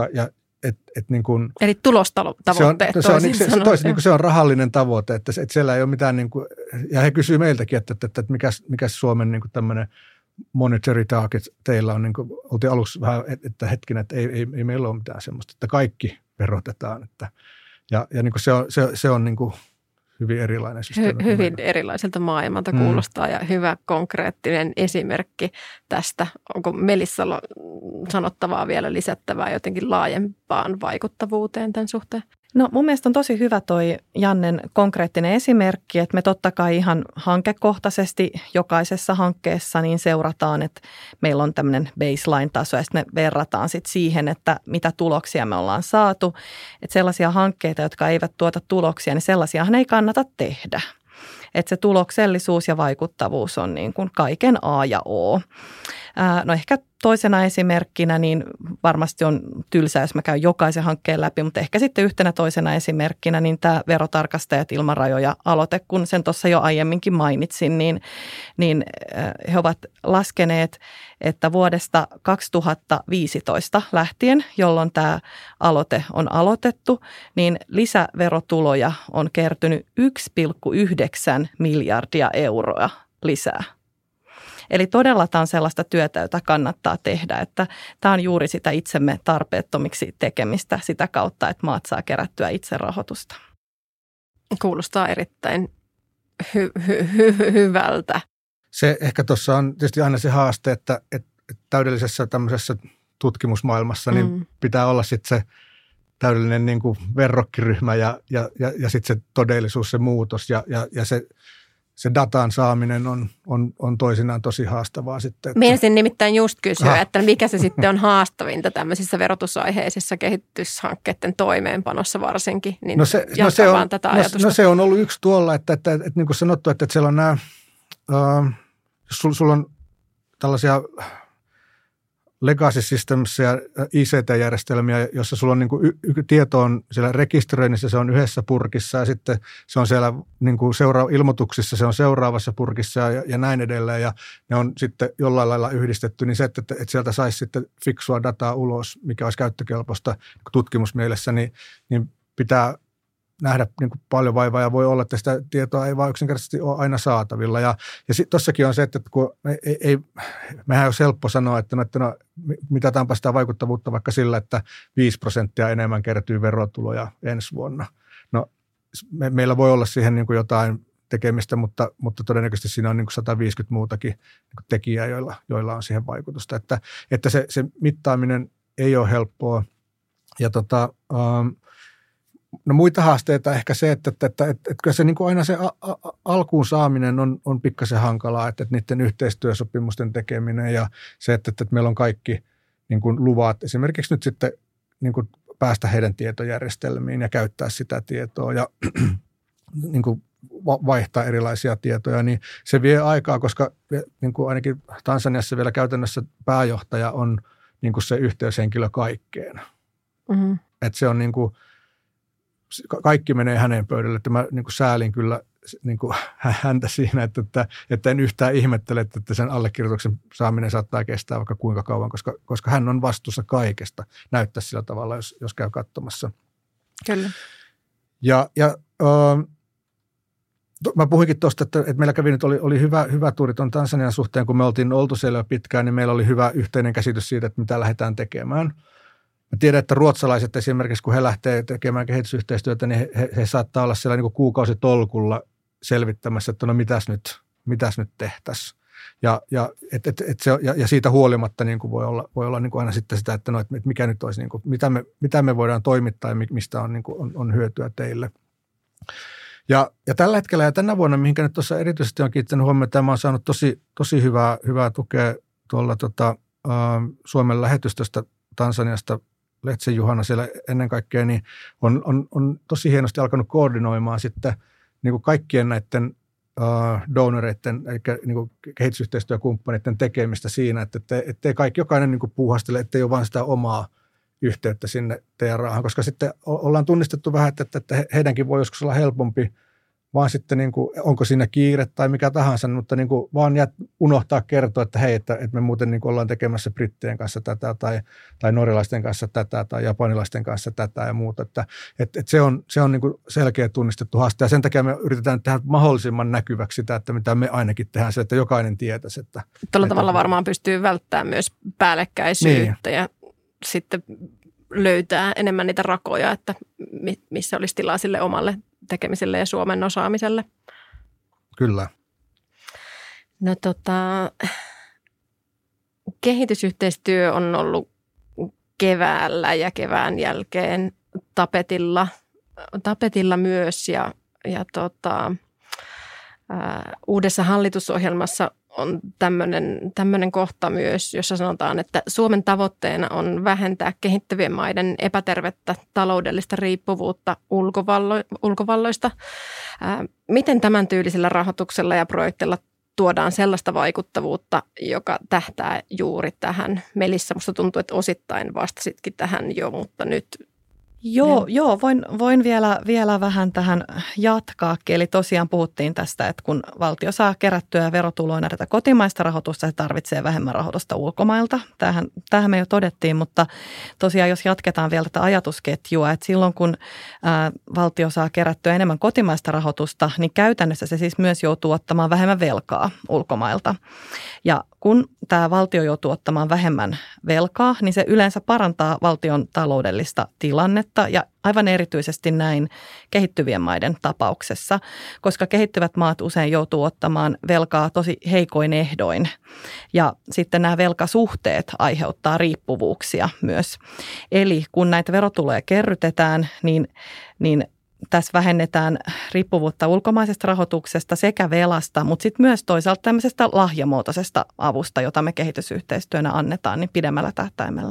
Niin kuin, eli tulostavoitteet se on rahallinen tavoite, että siellä ei ole mitään, niin kuin, ja he kysyvät meiltäkin, että mikä Suomen niin kuin tämmöinen monetary target teillä on, niin kuin oltiin aluksi vähän, että hetkinen, että ei meillä ole mitään semmoista, että kaikki verotetaan, ja niin kuin se on niin kuin hyvin erilainen systeemi. Hyvin erilaiselta maailmalta kuulostaa ja hyvä konkreettinen esimerkki tästä. Onko Melissalla sanottavaa vielä lisättävää jotenkin laajempaan vaikuttavuuteen tämän suhteen? No mun mielestä on tosi hyvä toi Jannen konkreettinen esimerkki, että me totta kai ihan hankekohtaisesti jokaisessa hankkeessa niin seurataan, että meillä on tämmöinen baseline-taso ja sitten me verrataan sitten siihen, että mitä tuloksia me ollaan saatu. Että sellaisia hankkeita, jotka eivät tuota tuloksia, niin sellaisiahan ei kannata tehdä. Että se tuloksellisuus ja vaikuttavuus on niin kuin kaiken A ja O. No ehkä toisena esimerkkinä, niin varmasti on tylsää, jos mä käyn jokaisen hankkeen läpi, mutta ehkä sitten yhtenä toisena esimerkkinä, niin tämä Verotarkastajat ilman rajoja -aloite, kun sen tuossa jo aiemminkin mainitsin, niin he ovat laskeneet, että vuodesta 2015 lähtien, jolloin tämä aloite on aloitettu, niin lisäverotuloja on kertynyt 1,9 miljardia euroa lisää. Eli todella tämä on sellaista työtä, jota kannattaa tehdä, että tämä on juuri sitä itsemme tarpeettomiksi tekemistä sitä kautta, että maat saa kerättyä itse rahoitusta. Kuulostaa erittäin hyvältä. Se ehkä tuossa on tietysti aina se haaste, että täydellisessä tämmöisessä tutkimusmaailmassa niin pitää olla sitten se täydellinen niin kuin verrokkiryhmä ja sitten se todellisuus, se muutos ja se datan saaminen on toisinaan tosi haastavaa sitten. Mielestäni nimittäin just kysyä, että mikä se sitten on haastavinta tämmöisissä verotusaiheisissa kehityshankkeiden toimeenpanossa varsinkin. Niin tätä ajatusta. Se on ollut yksi tuolla, että niin kuin sanottu, että siellä on nämä, jos sulla on tällaisia legacy systems ja ICT-järjestelmiä, jossa sulla on niin kuin tieto on siellä rekisteröinnissä, se on yhdessä purkissa ja sitten se on siellä niin kuin ilmoituksissa, se on seuraavassa purkissa ja näin edelleen ja ne on sitten jollain lailla yhdistetty, niin se, että sieltä saisi sitten fiksua dataa ulos, mikä olisi käyttökelpoista tutkimusmielessä, niin pitää nähdä niin kuin paljon vaivaa ja voi olla, että sitä tietoa ei vaan yksinkertaisesti ole aina saatavilla. Ja tuossakin on se, että kun mehän olisi helppo sanoa, että mitataanpa sitä vaikuttavuutta vaikka sillä, että 5% enemmän kertyy verotuloja ensi vuonna. No meillä voi olla siihen niin kuin jotain tekemistä, mutta todennäköisesti siinä on niin kuin 150 muutakin niin kuin tekijää, joilla on siihen vaikutusta. Että se mittaaminen ei ole helppoa. Ja no muita haasteita ehkä se, että kyllä se niin kuin aina se alkuun saaminen on pikkasen hankalaa, että niiden yhteistyösopimusten tekeminen ja se, että meillä on kaikki niin kuin luvat esimerkiksi nyt sitten niin kuin päästä heidän tietojärjestelmiin ja käyttää sitä tietoa ja niin kuin vaihtaa erilaisia tietoja, niin se vie aikaa, koska niin kuin ainakin Tansaniassa vielä käytännössä pääjohtaja on niin kuin se yhteyshenkilö kaikkeen. Mm-hmm. Että se on niin kuin kaikki menee hänen pöydälle, että mä niin kuin säälin kyllä niin kuin häntä siinä, että en yhtään ihmettele, että sen allekirjoituksen saaminen saattaa kestää vaikka kuinka kauan, koska hän on vastuussa kaikesta. Näyttää sillä tavalla, jos käy katsomassa. Kyllä. Ja Mä puhuinkin tuosta, että meillä kävi nyt, oli hyvä tuuri tuon Tansanian suhteen, kun me oltu siellä jo pitkään, niin meillä oli hyvä yhteinen käsitys siitä, että mitä lähdetään tekemään. Mä tiedän, että ruotsalaiset esimerkiksi, kun he lähtee tekemään kehitysyhteistyötä, niin he saattaa olla siellä niin kuin kuukausitolkulla selvittämässä, että no mitäs nyt tehtäisiin. Ja siitä huolimatta niin kuin voi olla niin kuin aina sitten sitä, että no, että mikä nyt olisi, niin kuin, mitä me voidaan toimittaa ja mistä on, niin kuin, on hyötyä teille. Ja tällä hetkellä ja tänä vuonna, mihinkä nyt tuossa erityisesti on kiinnittänyt huomioon, että mä oon saanut tosi hyvää tukea tuolla Suomen lähetystöstä Tansaniasta, Letsen Juhana siellä ennen kaikkea, niin on tosi hienosti alkanut koordinoimaan sitten niin kuin kaikkien näiden donoreiden, eli niin kuin kehitysyhteistyökumppaneiden tekemistä siinä, että ettei jokainen niin kuin puuhastele, ettei ole vain sitä omaa yhteyttä sinne TRAhan, koska sitten ollaan tunnistettu vähän, että heidänkin voi joskus olla helpompi, vaan sitten niin kuin, onko siinä kiire tai mikä tahansa, mutta niin kuin vaan unohtaa kertoa, että hei, että me muuten niin kuin ollaan tekemässä brittien kanssa tätä tai norjalaisten kanssa tätä tai japanilaisten kanssa tätä ja muuta. Että se on niin kuin selkeä tunnistettu haaste ja sen takia me yritetään tehdä mahdollisimman näkyväksi sitä, että mitä me ainakin tehdään, se, että jokainen tietäisi. Tällä tavalla varmaan pystyy välttämään myös päällekkäisyyttä ja sitten löytää enemmän niitä rakoja, että missä olisi tilaa sille omalle tekemiselle ja Suomen osaamiselle. Kyllä. No kehitysyhteistyö on ollut keväällä ja kevään jälkeen tapetilla myös ja uudessa hallitusohjelmassa on tämmöinen kohta myös, jossa sanotaan, että Suomen tavoitteena on vähentää kehittyvien maiden epätervettä taloudellista riippuvuutta ulkovalloista. Miten tämän tyylisellä rahoituksella ja projektilla tuodaan sellaista vaikuttavuutta, joka tähtää juuri tähän? Melissa, musta tuntuu, että osittain vastasitkin tähän jo, mutta nyt... Joo, voin vielä vähän tähän jatkaa. Eli tosiaan puhuttiin tästä, että kun valtio saa kerättyä verotuloina tätä kotimaista rahoitusta, se tarvitsee vähemmän rahoitusta ulkomailta. Tämähän me jo todettiin, mutta tosiaan jos jatketaan vielä tätä ajatusketjua, että silloin kun valtio saa kerättyä enemmän kotimaista rahoitusta, niin käytännössä se siis myös joutuu ottamaan vähemmän velkaa ulkomailta. Ja kun tämä valtio joutuu ottamaan vähemmän velkaa, niin se yleensä parantaa valtion taloudellista tilannetta ja aivan erityisesti näin kehittyvien maiden tapauksessa, koska kehittyvät maat usein joutuu ottamaan velkaa tosi heikoin ehdoin ja sitten nämä velkasuhteet aiheuttaa riippuvuuksia myös. Eli kun näitä verotuloja kerrytetään, niin tässä vähennetään riippuvuutta ulkomaisesta rahoituksesta sekä velasta, mutta sitten myös toisaalta tämmöisestä lahjamuotoisesta avusta, jota me kehitysyhteistyönä annetaan, niin pidemmällä tähtäimellä.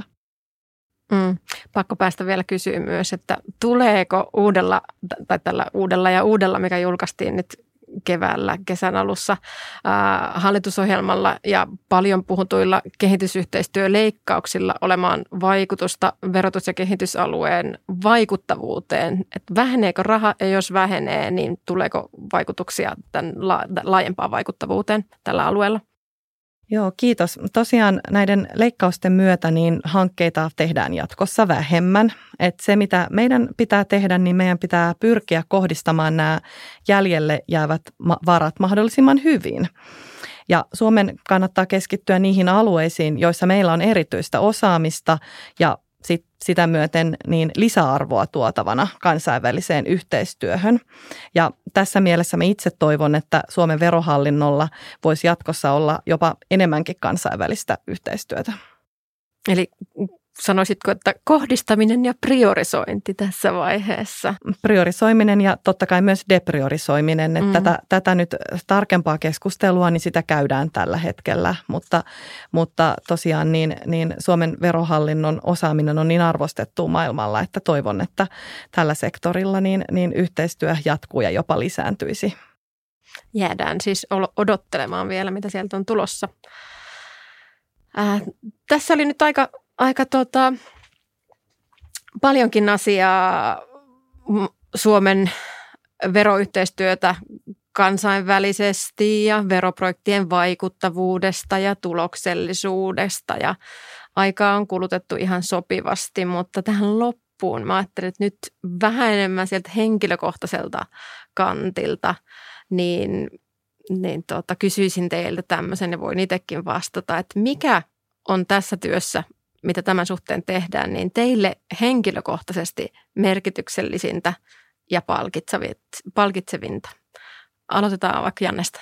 Pakko päästä vielä kysyä myös, että tuleeko tällä uudella, mikä julkaistiin nyt keväällä, kesän alussa hallitusohjelmalla ja paljon puhutuilla kehitysyhteistyöleikkauksilla olemaan vaikutusta verotus- ja kehitysalueen vaikuttavuuteen. Että väheneekö raha ja jos vähenee, niin tuleeko vaikutuksia tämän laajempaan vaikuttavuuteen tällä alueella? Joo, kiitos. Tosiaan näiden leikkausten myötä niin hankkeita tehdään jatkossa vähemmän. Että se, mitä meidän pitää tehdä, niin meidän pitää pyrkiä kohdistamaan nämä jäljelle jäävät varat mahdollisimman hyvin. Ja Suomen kannattaa keskittyä niihin alueisiin, joissa meillä on erityistä osaamista ja sitä myöten niin lisäarvoa tuotavana kansainväliseen yhteistyöhön. Ja tässä mielessä me itse toivon, että Suomen verohallinnolla voisi jatkossa olla jopa enemmänkin kansainvälistä yhteistyötä. Eli sanoisitko, että kohdistaminen ja priorisointi tässä vaiheessa? Priorisoiminen ja totta kai myös depriorisoiminen. Että tätä nyt tarkempaa keskustelua, niin sitä käydään tällä hetkellä. Mutta tosiaan niin Suomen verohallinnon osaaminen on niin arvostettu maailmalla, että toivon, että tällä sektorilla niin yhteistyö jatkuu ja jopa lisääntyisi. Jäädään siis odottelemaan vielä, mitä sieltä on tulossa. Tässä oli nyt aika paljonkin asiaa Suomen veroyhteistyötä kansainvälisesti ja veroprojektien vaikuttavuudesta ja tuloksellisuudesta ja aikaa on kulutettu ihan sopivasti, mutta tähän loppuun mä ajattelin, että nyt vähän enemmän sieltä henkilökohtaiselta kantilta. niin kysyisin teiltä tämmöisen ja voin itsekin vastata, että mikä on tässä työssä, mitä tämän suhteen tehdään, niin teille henkilökohtaisesti merkityksellisintä ja palkitsevinta? Aloitetaan vaikka Jannesta.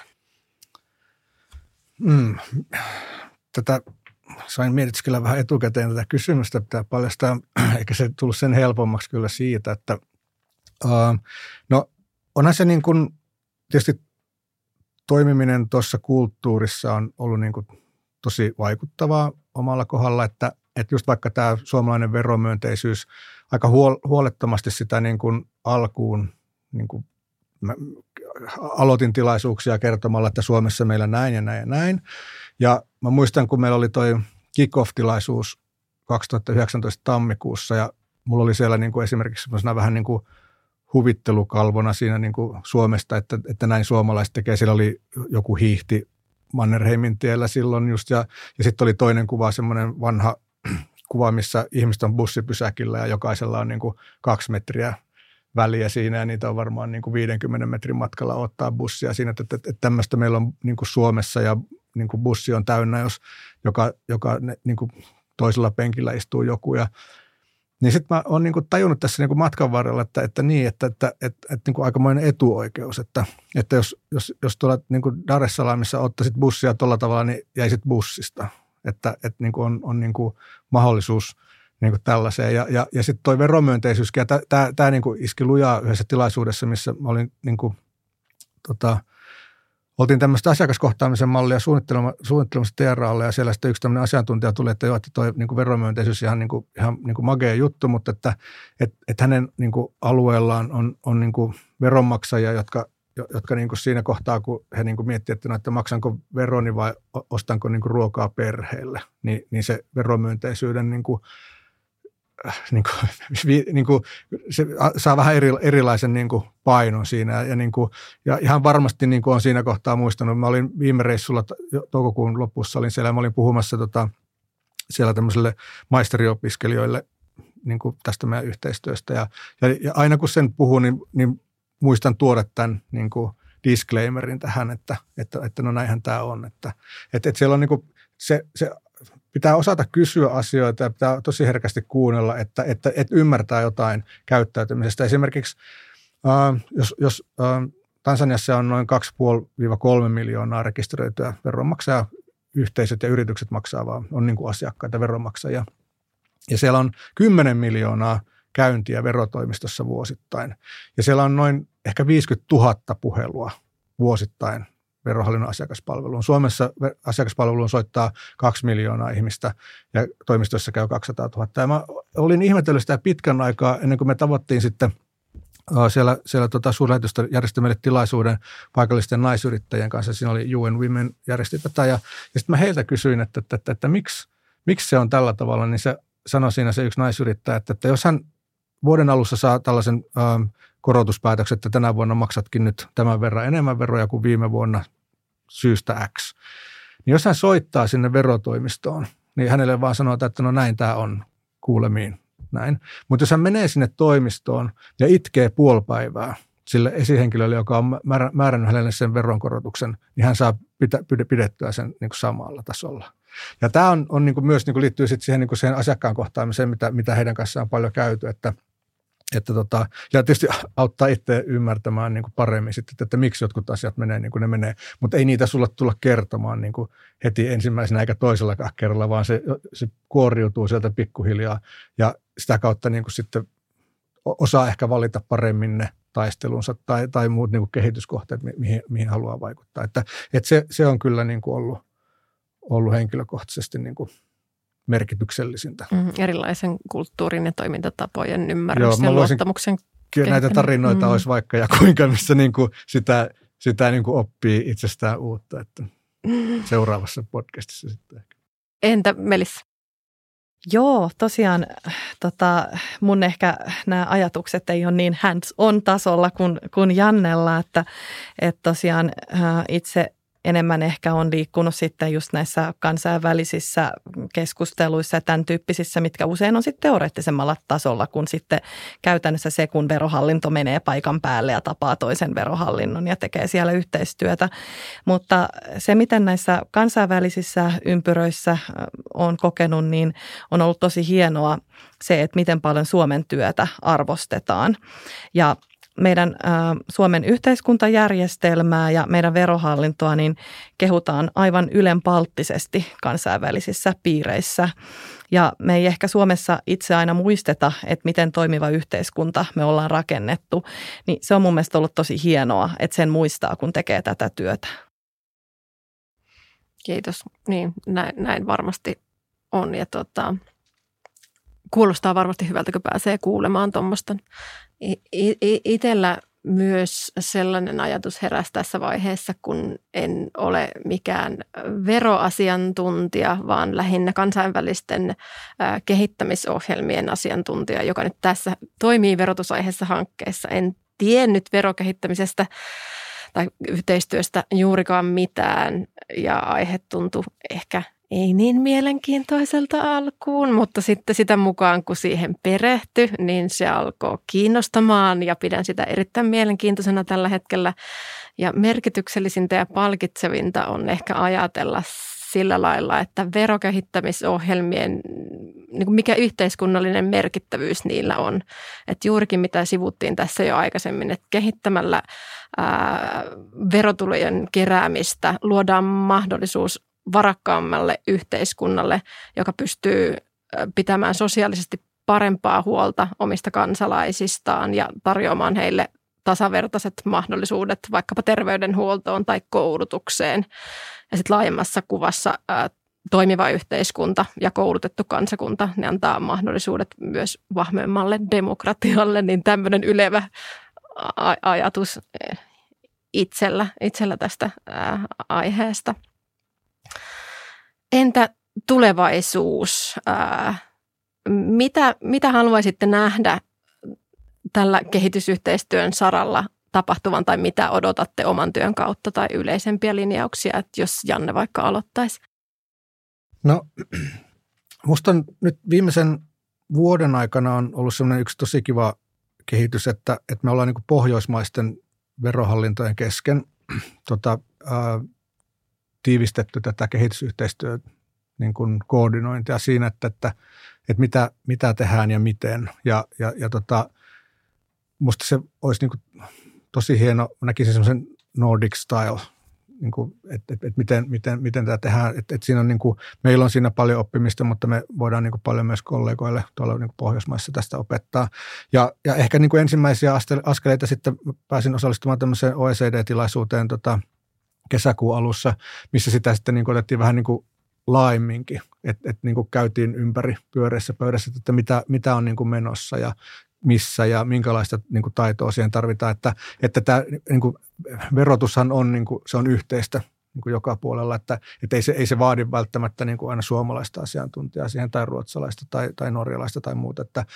Tätä sain mietiskellä vähän etukäteen tätä kysymystä, pitää paljastaa, eikä se tullut sen helpommaksi kyllä siitä, että no onhan se niin kuin tietysti toimiminen tuossa kulttuurissa on ollut niin kuin tosi vaikuttavaa omalla kohdalla, että just vaikka tämä suomalainen veromyönteisyys aika huolettomasti sitä niin kuin alkuun niin kuin aloitin tilaisuuksia kertomalla, että Suomessa meillä näin ja näin ja näin. Ja mä muistan, kun meillä oli toi kick-off-tilaisuus 2019 tammikuussa ja mulla oli siellä niin kuin esimerkiksi semmoisena vähän niin kuin huvittelukalvona siinä niin kuin Suomesta, että näin suomalaiset tekee. Siellä oli joku hiihti Mannerheimin tiellä silloin just ja sitten oli toinen kuva, semmoinen vanha kuva, missä ihmiset on bussipysäkillä ja jokaisella on niin kuin 2 metriä väliä siinä ja niitä on varmaan niin kuin 50 metrin matkalla ottaa bussia siinä, että tämmöistä meillä on niin kuin Suomessa ja niin kuin bussi on täynnä, jos joka niin kuin toisella penkillä istuu joku ja niin sitten mä oon niin kuin tajunnut tässä niin kuin matkan varrella, että niin kuin aikamoinen etuoikeus, että jos tuolla niin kuin Dar es Salaamissa ottaisit bussia tuolla tavalla, niin jäisit bussista, että niin kuin on niin kuin mahdollisuus niin kuin tällaiseen. Ja sitten toi veromyönteisyyskin, ja tämä niin kuin iski lujaa yhdessä tilaisuudessa, missä mä olin niin kuin, oltiin tämmöistä asiakaskohtaamisen mallia suunnittelemassa TRAlle, ja siellä sitten yksi tämmöinen asiantuntija tuli, että joo, että toi niin kuin veromyönteisyys ihan niin kuin magea juttu, mutta että hänen niin kuin alueellaan on niin kuin veronmaksajia, jotka niin kuin siinä kohtaa, kun he niin kuin miettivät, että maksanko veroni vai ostanko niin kuin ruokaa perheelle, niin se veromyönteisyyden niin kuin se saa vähän erilaisen niin kuin painon siinä ja ihan varmasti niin kuin on siinä kohtaa muistanut. Mä olin viime reissulla toukokuun lopussa olin siellä ja mä olin puhumassa siellä tämmöiselle maisteriopiskelijoille niin kuin tästä meidän yhteistyöstä ja aina kun sen puhun, niin muistan tuoda tämän niin kuin disclaimerin tähän, että no näinhän tämä on, että siellä on niin kuin se pitää osata kysyä asioita ja pitää tosi herkästi kuunnella, että ymmärtää jotain käyttäytymisestä. Esimerkiksi jos Tansaniassa on noin 2,5–3 miljoonaa rekisteröityä veronmaksajaa, yhteisöt ja yritykset maksaa vaan, on niin kuin asiakkaita veronmaksajia. Ja siellä on 10 miljoonaa käyntiä verotoimistossa vuosittain. Ja siellä on noin ehkä 50 000 puhelua vuosittain Verohallinnon asiakaspalveluun. Suomessa asiakaspalveluun soittaa 2 miljoonaa ihmistä ja toimistossa käy 200 000. Ja mä olin ihmetellyt sitä pitkän aikaa ennen kuin me tavoittiin sitten siellä suurlähetystö järjesti meille tilaisuuden paikallisten naisyrittäjien kanssa. Siinä oli UN Women järjesti tätä ja sitten mä heiltä kysyin, että miksi se on tällä tavalla, niin se sanoi siinä se yksi naisyrittäjä, että jos hän vuoden alussa saa tällaisen korotuspäätöksen, että tänä vuonna maksatkin nyt tämän verran enemmän veroja kuin viime vuonna syystä X. Niin jos hän soittaa sinne verotoimistoon, niin hänelle vaan sanoo, että no näin tämä on, kuulemiin, näin. Mutta jos hän menee sinne toimistoon ja itkee puolipäivää sille esihenkilölle, joka on määrännyt hänelle sen veronkorotuksen, niin hän saa pidettyä sen niin kuin samalla tasolla. Ja tämä on niin kuin myös niin kuin liittyy sitten siihen, niin kuin siihen asiakkaan kohtaamiseen, mitä heidän kanssaan on paljon käyty, ja tietysti auttaa itse ymmärtämään niin kuin paremmin sitten, että miksi jotkut asiat menee niin kuin ne menee, mutta ei niitä sulle tulla kertomaan niin kuin heti ensimmäisenä eikä toisellakaan kerralla, vaan se kuoriutuu sieltä pikkuhiljaa ja sitä kautta niin kuin sitten osaa ehkä valita paremmin ne taistelunsa tai muut niin kuin kehityskohteet, mihin haluaa vaikuttaa. Että se on kyllä niin kuin ollut henkilökohtaisesti niin kuin merkityksellisintä. Erilaisen kulttuurin ja toimintatapojen ymmärrys ja luottamuksen näitä tarinoita olisi vaikka ja kuinka, missä niin kuin sitä niin kuin oppii itsestään uutta, että seuraavassa podcastissa sitten ehkä. Entä Melissa? Joo, tosiaan mun ehkä nämä ajatukset ei ole niin hands-on tasolla kuin Jannella, että tosiaan itse enemmän ehkä on liikkunut sitten just näissä kansainvälisissä keskusteluissa ja tämän tyyppisissä, mitkä usein on sitten teoreettisemmalla tasolla kuin sitten käytännössä se, kun verohallinto menee paikan päälle ja tapaa toisen verohallinnon ja tekee siellä yhteistyötä. Mutta se, miten näissä kansainvälisissä ympyröissä on kokenut, niin on ollut tosi hienoa se, että miten paljon Suomen työtä arvostetaan. Ja meidän Suomen yhteiskuntajärjestelmää ja meidän verohallintoa niin kehutaan aivan ylenpalttisesti kansainvälisissä piireissä. Ja me ei ehkä Suomessa itse aina muisteta, että miten toimiva yhteiskunta me ollaan rakennettu. Niin se on mun mielestä ollut tosi hienoa, että sen muistaa, kun tekee tätä työtä. Kiitos. Niin, näin varmasti on. Ja kuulostaa varmasti hyvältä, kun pääsee kuulemaan tuommoista. Itsellä myös sellainen ajatus heräsi tässä vaiheessa, kun en ole mikään veroasiantuntija, vaan lähinnä kansainvälisten kehittämisohjelmien asiantuntija, joka nyt tässä toimii verotusaiheessa hankkeessa. En tiennyt verokehittämisestä tai yhteistyöstä juurikaan mitään ja aihe tuntui ehkä ei niin mielenkiintoiselta alkuun, mutta sitten sitä mukaan, kun siihen perehtyi, niin se alkoi kiinnostamaan ja pidän sitä erittäin mielenkiintoisena tällä hetkellä. Ja merkityksellisintä ja palkitsevinta on ehkä ajatella sillä lailla, että verokehittämisohjelmien, niin kuin mikä yhteiskunnallinen merkittävyys niillä on. Että juurikin mitä sivuttiin tässä jo aikaisemmin, että kehittämällä verotulojen keräämistä luodaan mahdollisuus varakkaammalle yhteiskunnalle, joka pystyy pitämään sosiaalisesti parempaa huolta omista kansalaisistaan ja tarjoamaan heille tasavertaiset mahdollisuudet vaikkapa terveydenhuoltoon tai koulutukseen. Ja sitten laajemmassa kuvassa toimiva yhteiskunta ja koulutettu kansakunta, ne antaa mahdollisuudet myös vahvemmalle demokratialle, niin tämmöinen ylevä ajatus itsellä tästä aiheesta. Entä tulevaisuus? Mitä haluaisitte nähdä tällä kehitysyhteistyön saralla tapahtuvan tai mitä odotatte oman työn kautta tai yleisempiä linjauksia, että jos Janne vaikka aloittaisi? No, musta on nyt viimeisen vuoden aikana on ollut sellainen yksi tosi kiva kehitys, että me ollaan niin kuin pohjoismaisten verohallintojen kesken tiivistetty tätä kehitysyhteistyön niin kuin koordinointia siinä, että mitä tehdään ja miten. Ja musta se olisi niin kuin tosi hieno, näkisin semmoisen Nordic style, niin kuin, että miten tämä tehdään. Että siinä on niin kuin, meillä on siinä paljon oppimista, mutta me voidaan niin kuin paljon myös kollegoille tuolla niin kuin Pohjoismaissa tästä opettaa. Ja ehkä niin kuin ensimmäisiä askeleita sitten pääsin osallistumaan tämmöiseen OECD-tilaisuuteen kesäkuun alussa, missä sitä sitten niin kuin otettiin vähän niin kuin laajemminkin, että niin kuin käytiin ympäri pyöreässä pöydässä, että mitä on niin kuin menossa ja missä ja minkälaista niin kuin taitoa siihen tarvitaan, että tämä niin kuin verotushan on, niin kuin, se on yhteistä niin kuin joka puolella, että ei se vaadi välttämättä niin kuin aina suomalaista asiantuntijaa siihen tai ruotsalaista tai norjalaista tai muuta, että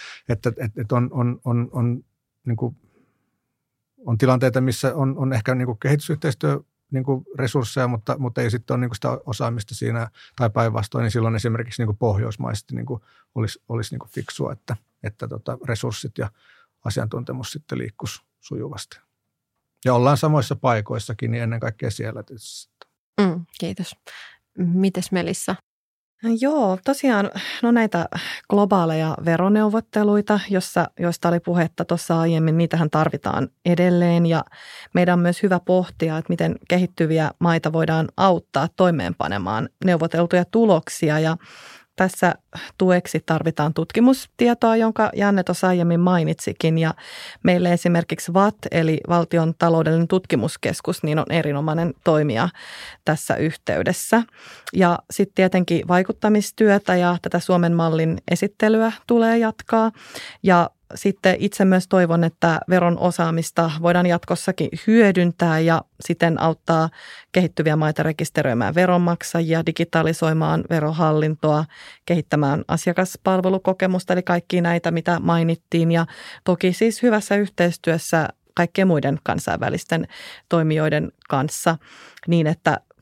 niin kuin, on tilanteita, missä on ehkä niin kuin kehitysyhteistyö niin kuin resursseja, mutta ei sitten ole niin kuin sitä osaamista siinä tai päinvastoin, niin silloin esimerkiksi niin kuin pohjoismaisesti niin kuin olisi niin kuin fiksua, että resurssit ja asiantuntemus sitten liikkuisi sujuvasti. Ja ollaan samoissa paikoissakin, niin ennen kaikkea siellä tietysti. Kiitos. Mites Melissa? Joo, tosiaan näitä globaaleja veroneuvotteluita, joista oli puhetta tuossa aiemmin, niitähän tarvitaan edelleen ja meidän on myös hyvä pohtia, että miten kehittyviä maita voidaan auttaa toimeenpanemaan neuvoteltuja tuloksia ja tässä tueksi tarvitaan tutkimustietoa, jonka Janne tuossa aiemmin mainitsikin ja meille esimerkiksi VAT eli Valtion taloudellinen tutkimuskeskus niin on erinomainen toimija tässä yhteydessä. Ja sitten tietenkin vaikuttamistyötä ja tätä Suomen mallin esittelyä tulee jatkaa ja sitten itse myös toivon, että veron osaamista voidaan jatkossakin hyödyntää ja siten auttaa kehittyviä maita rekisteröimään veronmaksajia, digitalisoimaan verohallintoa, kehittämään asiakaspalvelukokemusta, eli kaikki näitä, mitä mainittiin. Ja toki siis hyvässä yhteistyössä kaikkien muiden kansainvälisten toimijoiden kanssa niin, että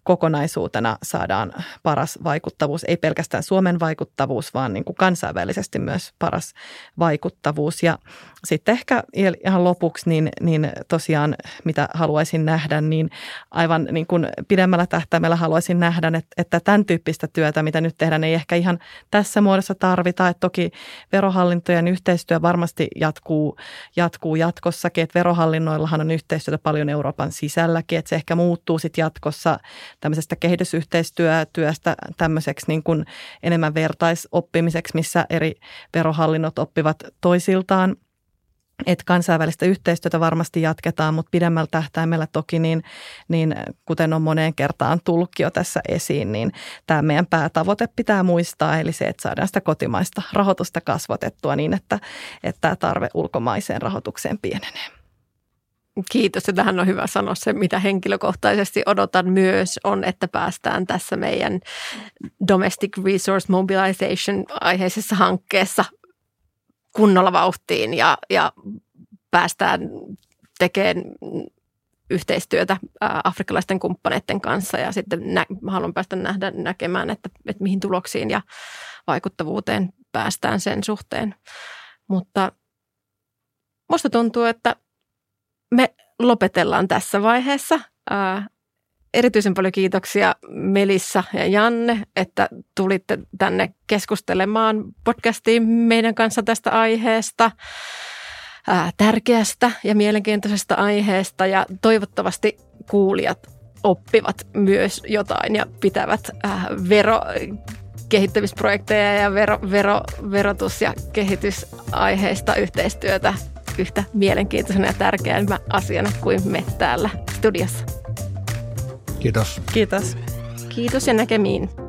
kokonaisuutena saadaan paras vaikuttavuus, ei pelkästään Suomen vaikuttavuus, vaan niin kuin kansainvälisesti myös paras vaikuttavuus. Ja sitten ehkä ihan lopuksi, niin tosiaan mitä haluaisin nähdä, niin aivan niin kuin pidemmällä tähtäimellä haluaisin nähdä, että tämän tyyppistä työtä, mitä nyt tehdään, ei ehkä ihan tässä muodossa tarvita. Että toki verohallintojen yhteistyö varmasti jatkuu jatkossakin, että verohallinnoillahan on yhteistyötä paljon Euroopan sisälläkin, että se ehkä muuttuu sitten jatkossa tämmöisestä kehitysyhteistyöstä tämmöiseksi niin kuin enemmän vertaisoppimiseksi, missä eri verohallinnot oppivat toisiltaan. Että kansainvälistä yhteistyötä varmasti jatketaan, mutta pidemmällä tähtäimellä toki, niin kuten on moneen kertaan tullutkin jo tässä esiin, niin tämä meidän päätavoite pitää muistaa, eli se, että saadaan sitä kotimaista rahoitusta kasvatettua niin, että tarve ulkomaiseen rahoitukseen pienenee. Kiitos, ja tähän on hyvä sanoa se, mitä henkilökohtaisesti odotan myös, on, että päästään tässä meidän Domestic Resource Mobilization aiheisessa hankkeessa kunnolla vauhtiin ja päästään tekemään yhteistyötä afrikkalaisten kumppaneiden kanssa ja sitten haluan päästä näkemään, että mihin tuloksiin ja vaikuttavuuteen päästään sen suhteen. Mutta musta tuntuu, että me lopetellaan tässä vaiheessa. Erityisen paljon kiitoksia Melissa ja Janne, että tulitte tänne keskustelemaan podcastiin meidän kanssa tästä aiheesta, tärkeästä ja mielenkiintoisesta aiheesta. Ja toivottavasti kuulijat oppivat myös jotain ja pitävät verokehittämisprojekteja ja verotus- ja kehitysaiheista yhteistyötä yhtä mielenkiintoisena ja tärkeänä asiana kuin me täällä studiossa. Kiitos. Kiitos. Kiitos ja näkemiin.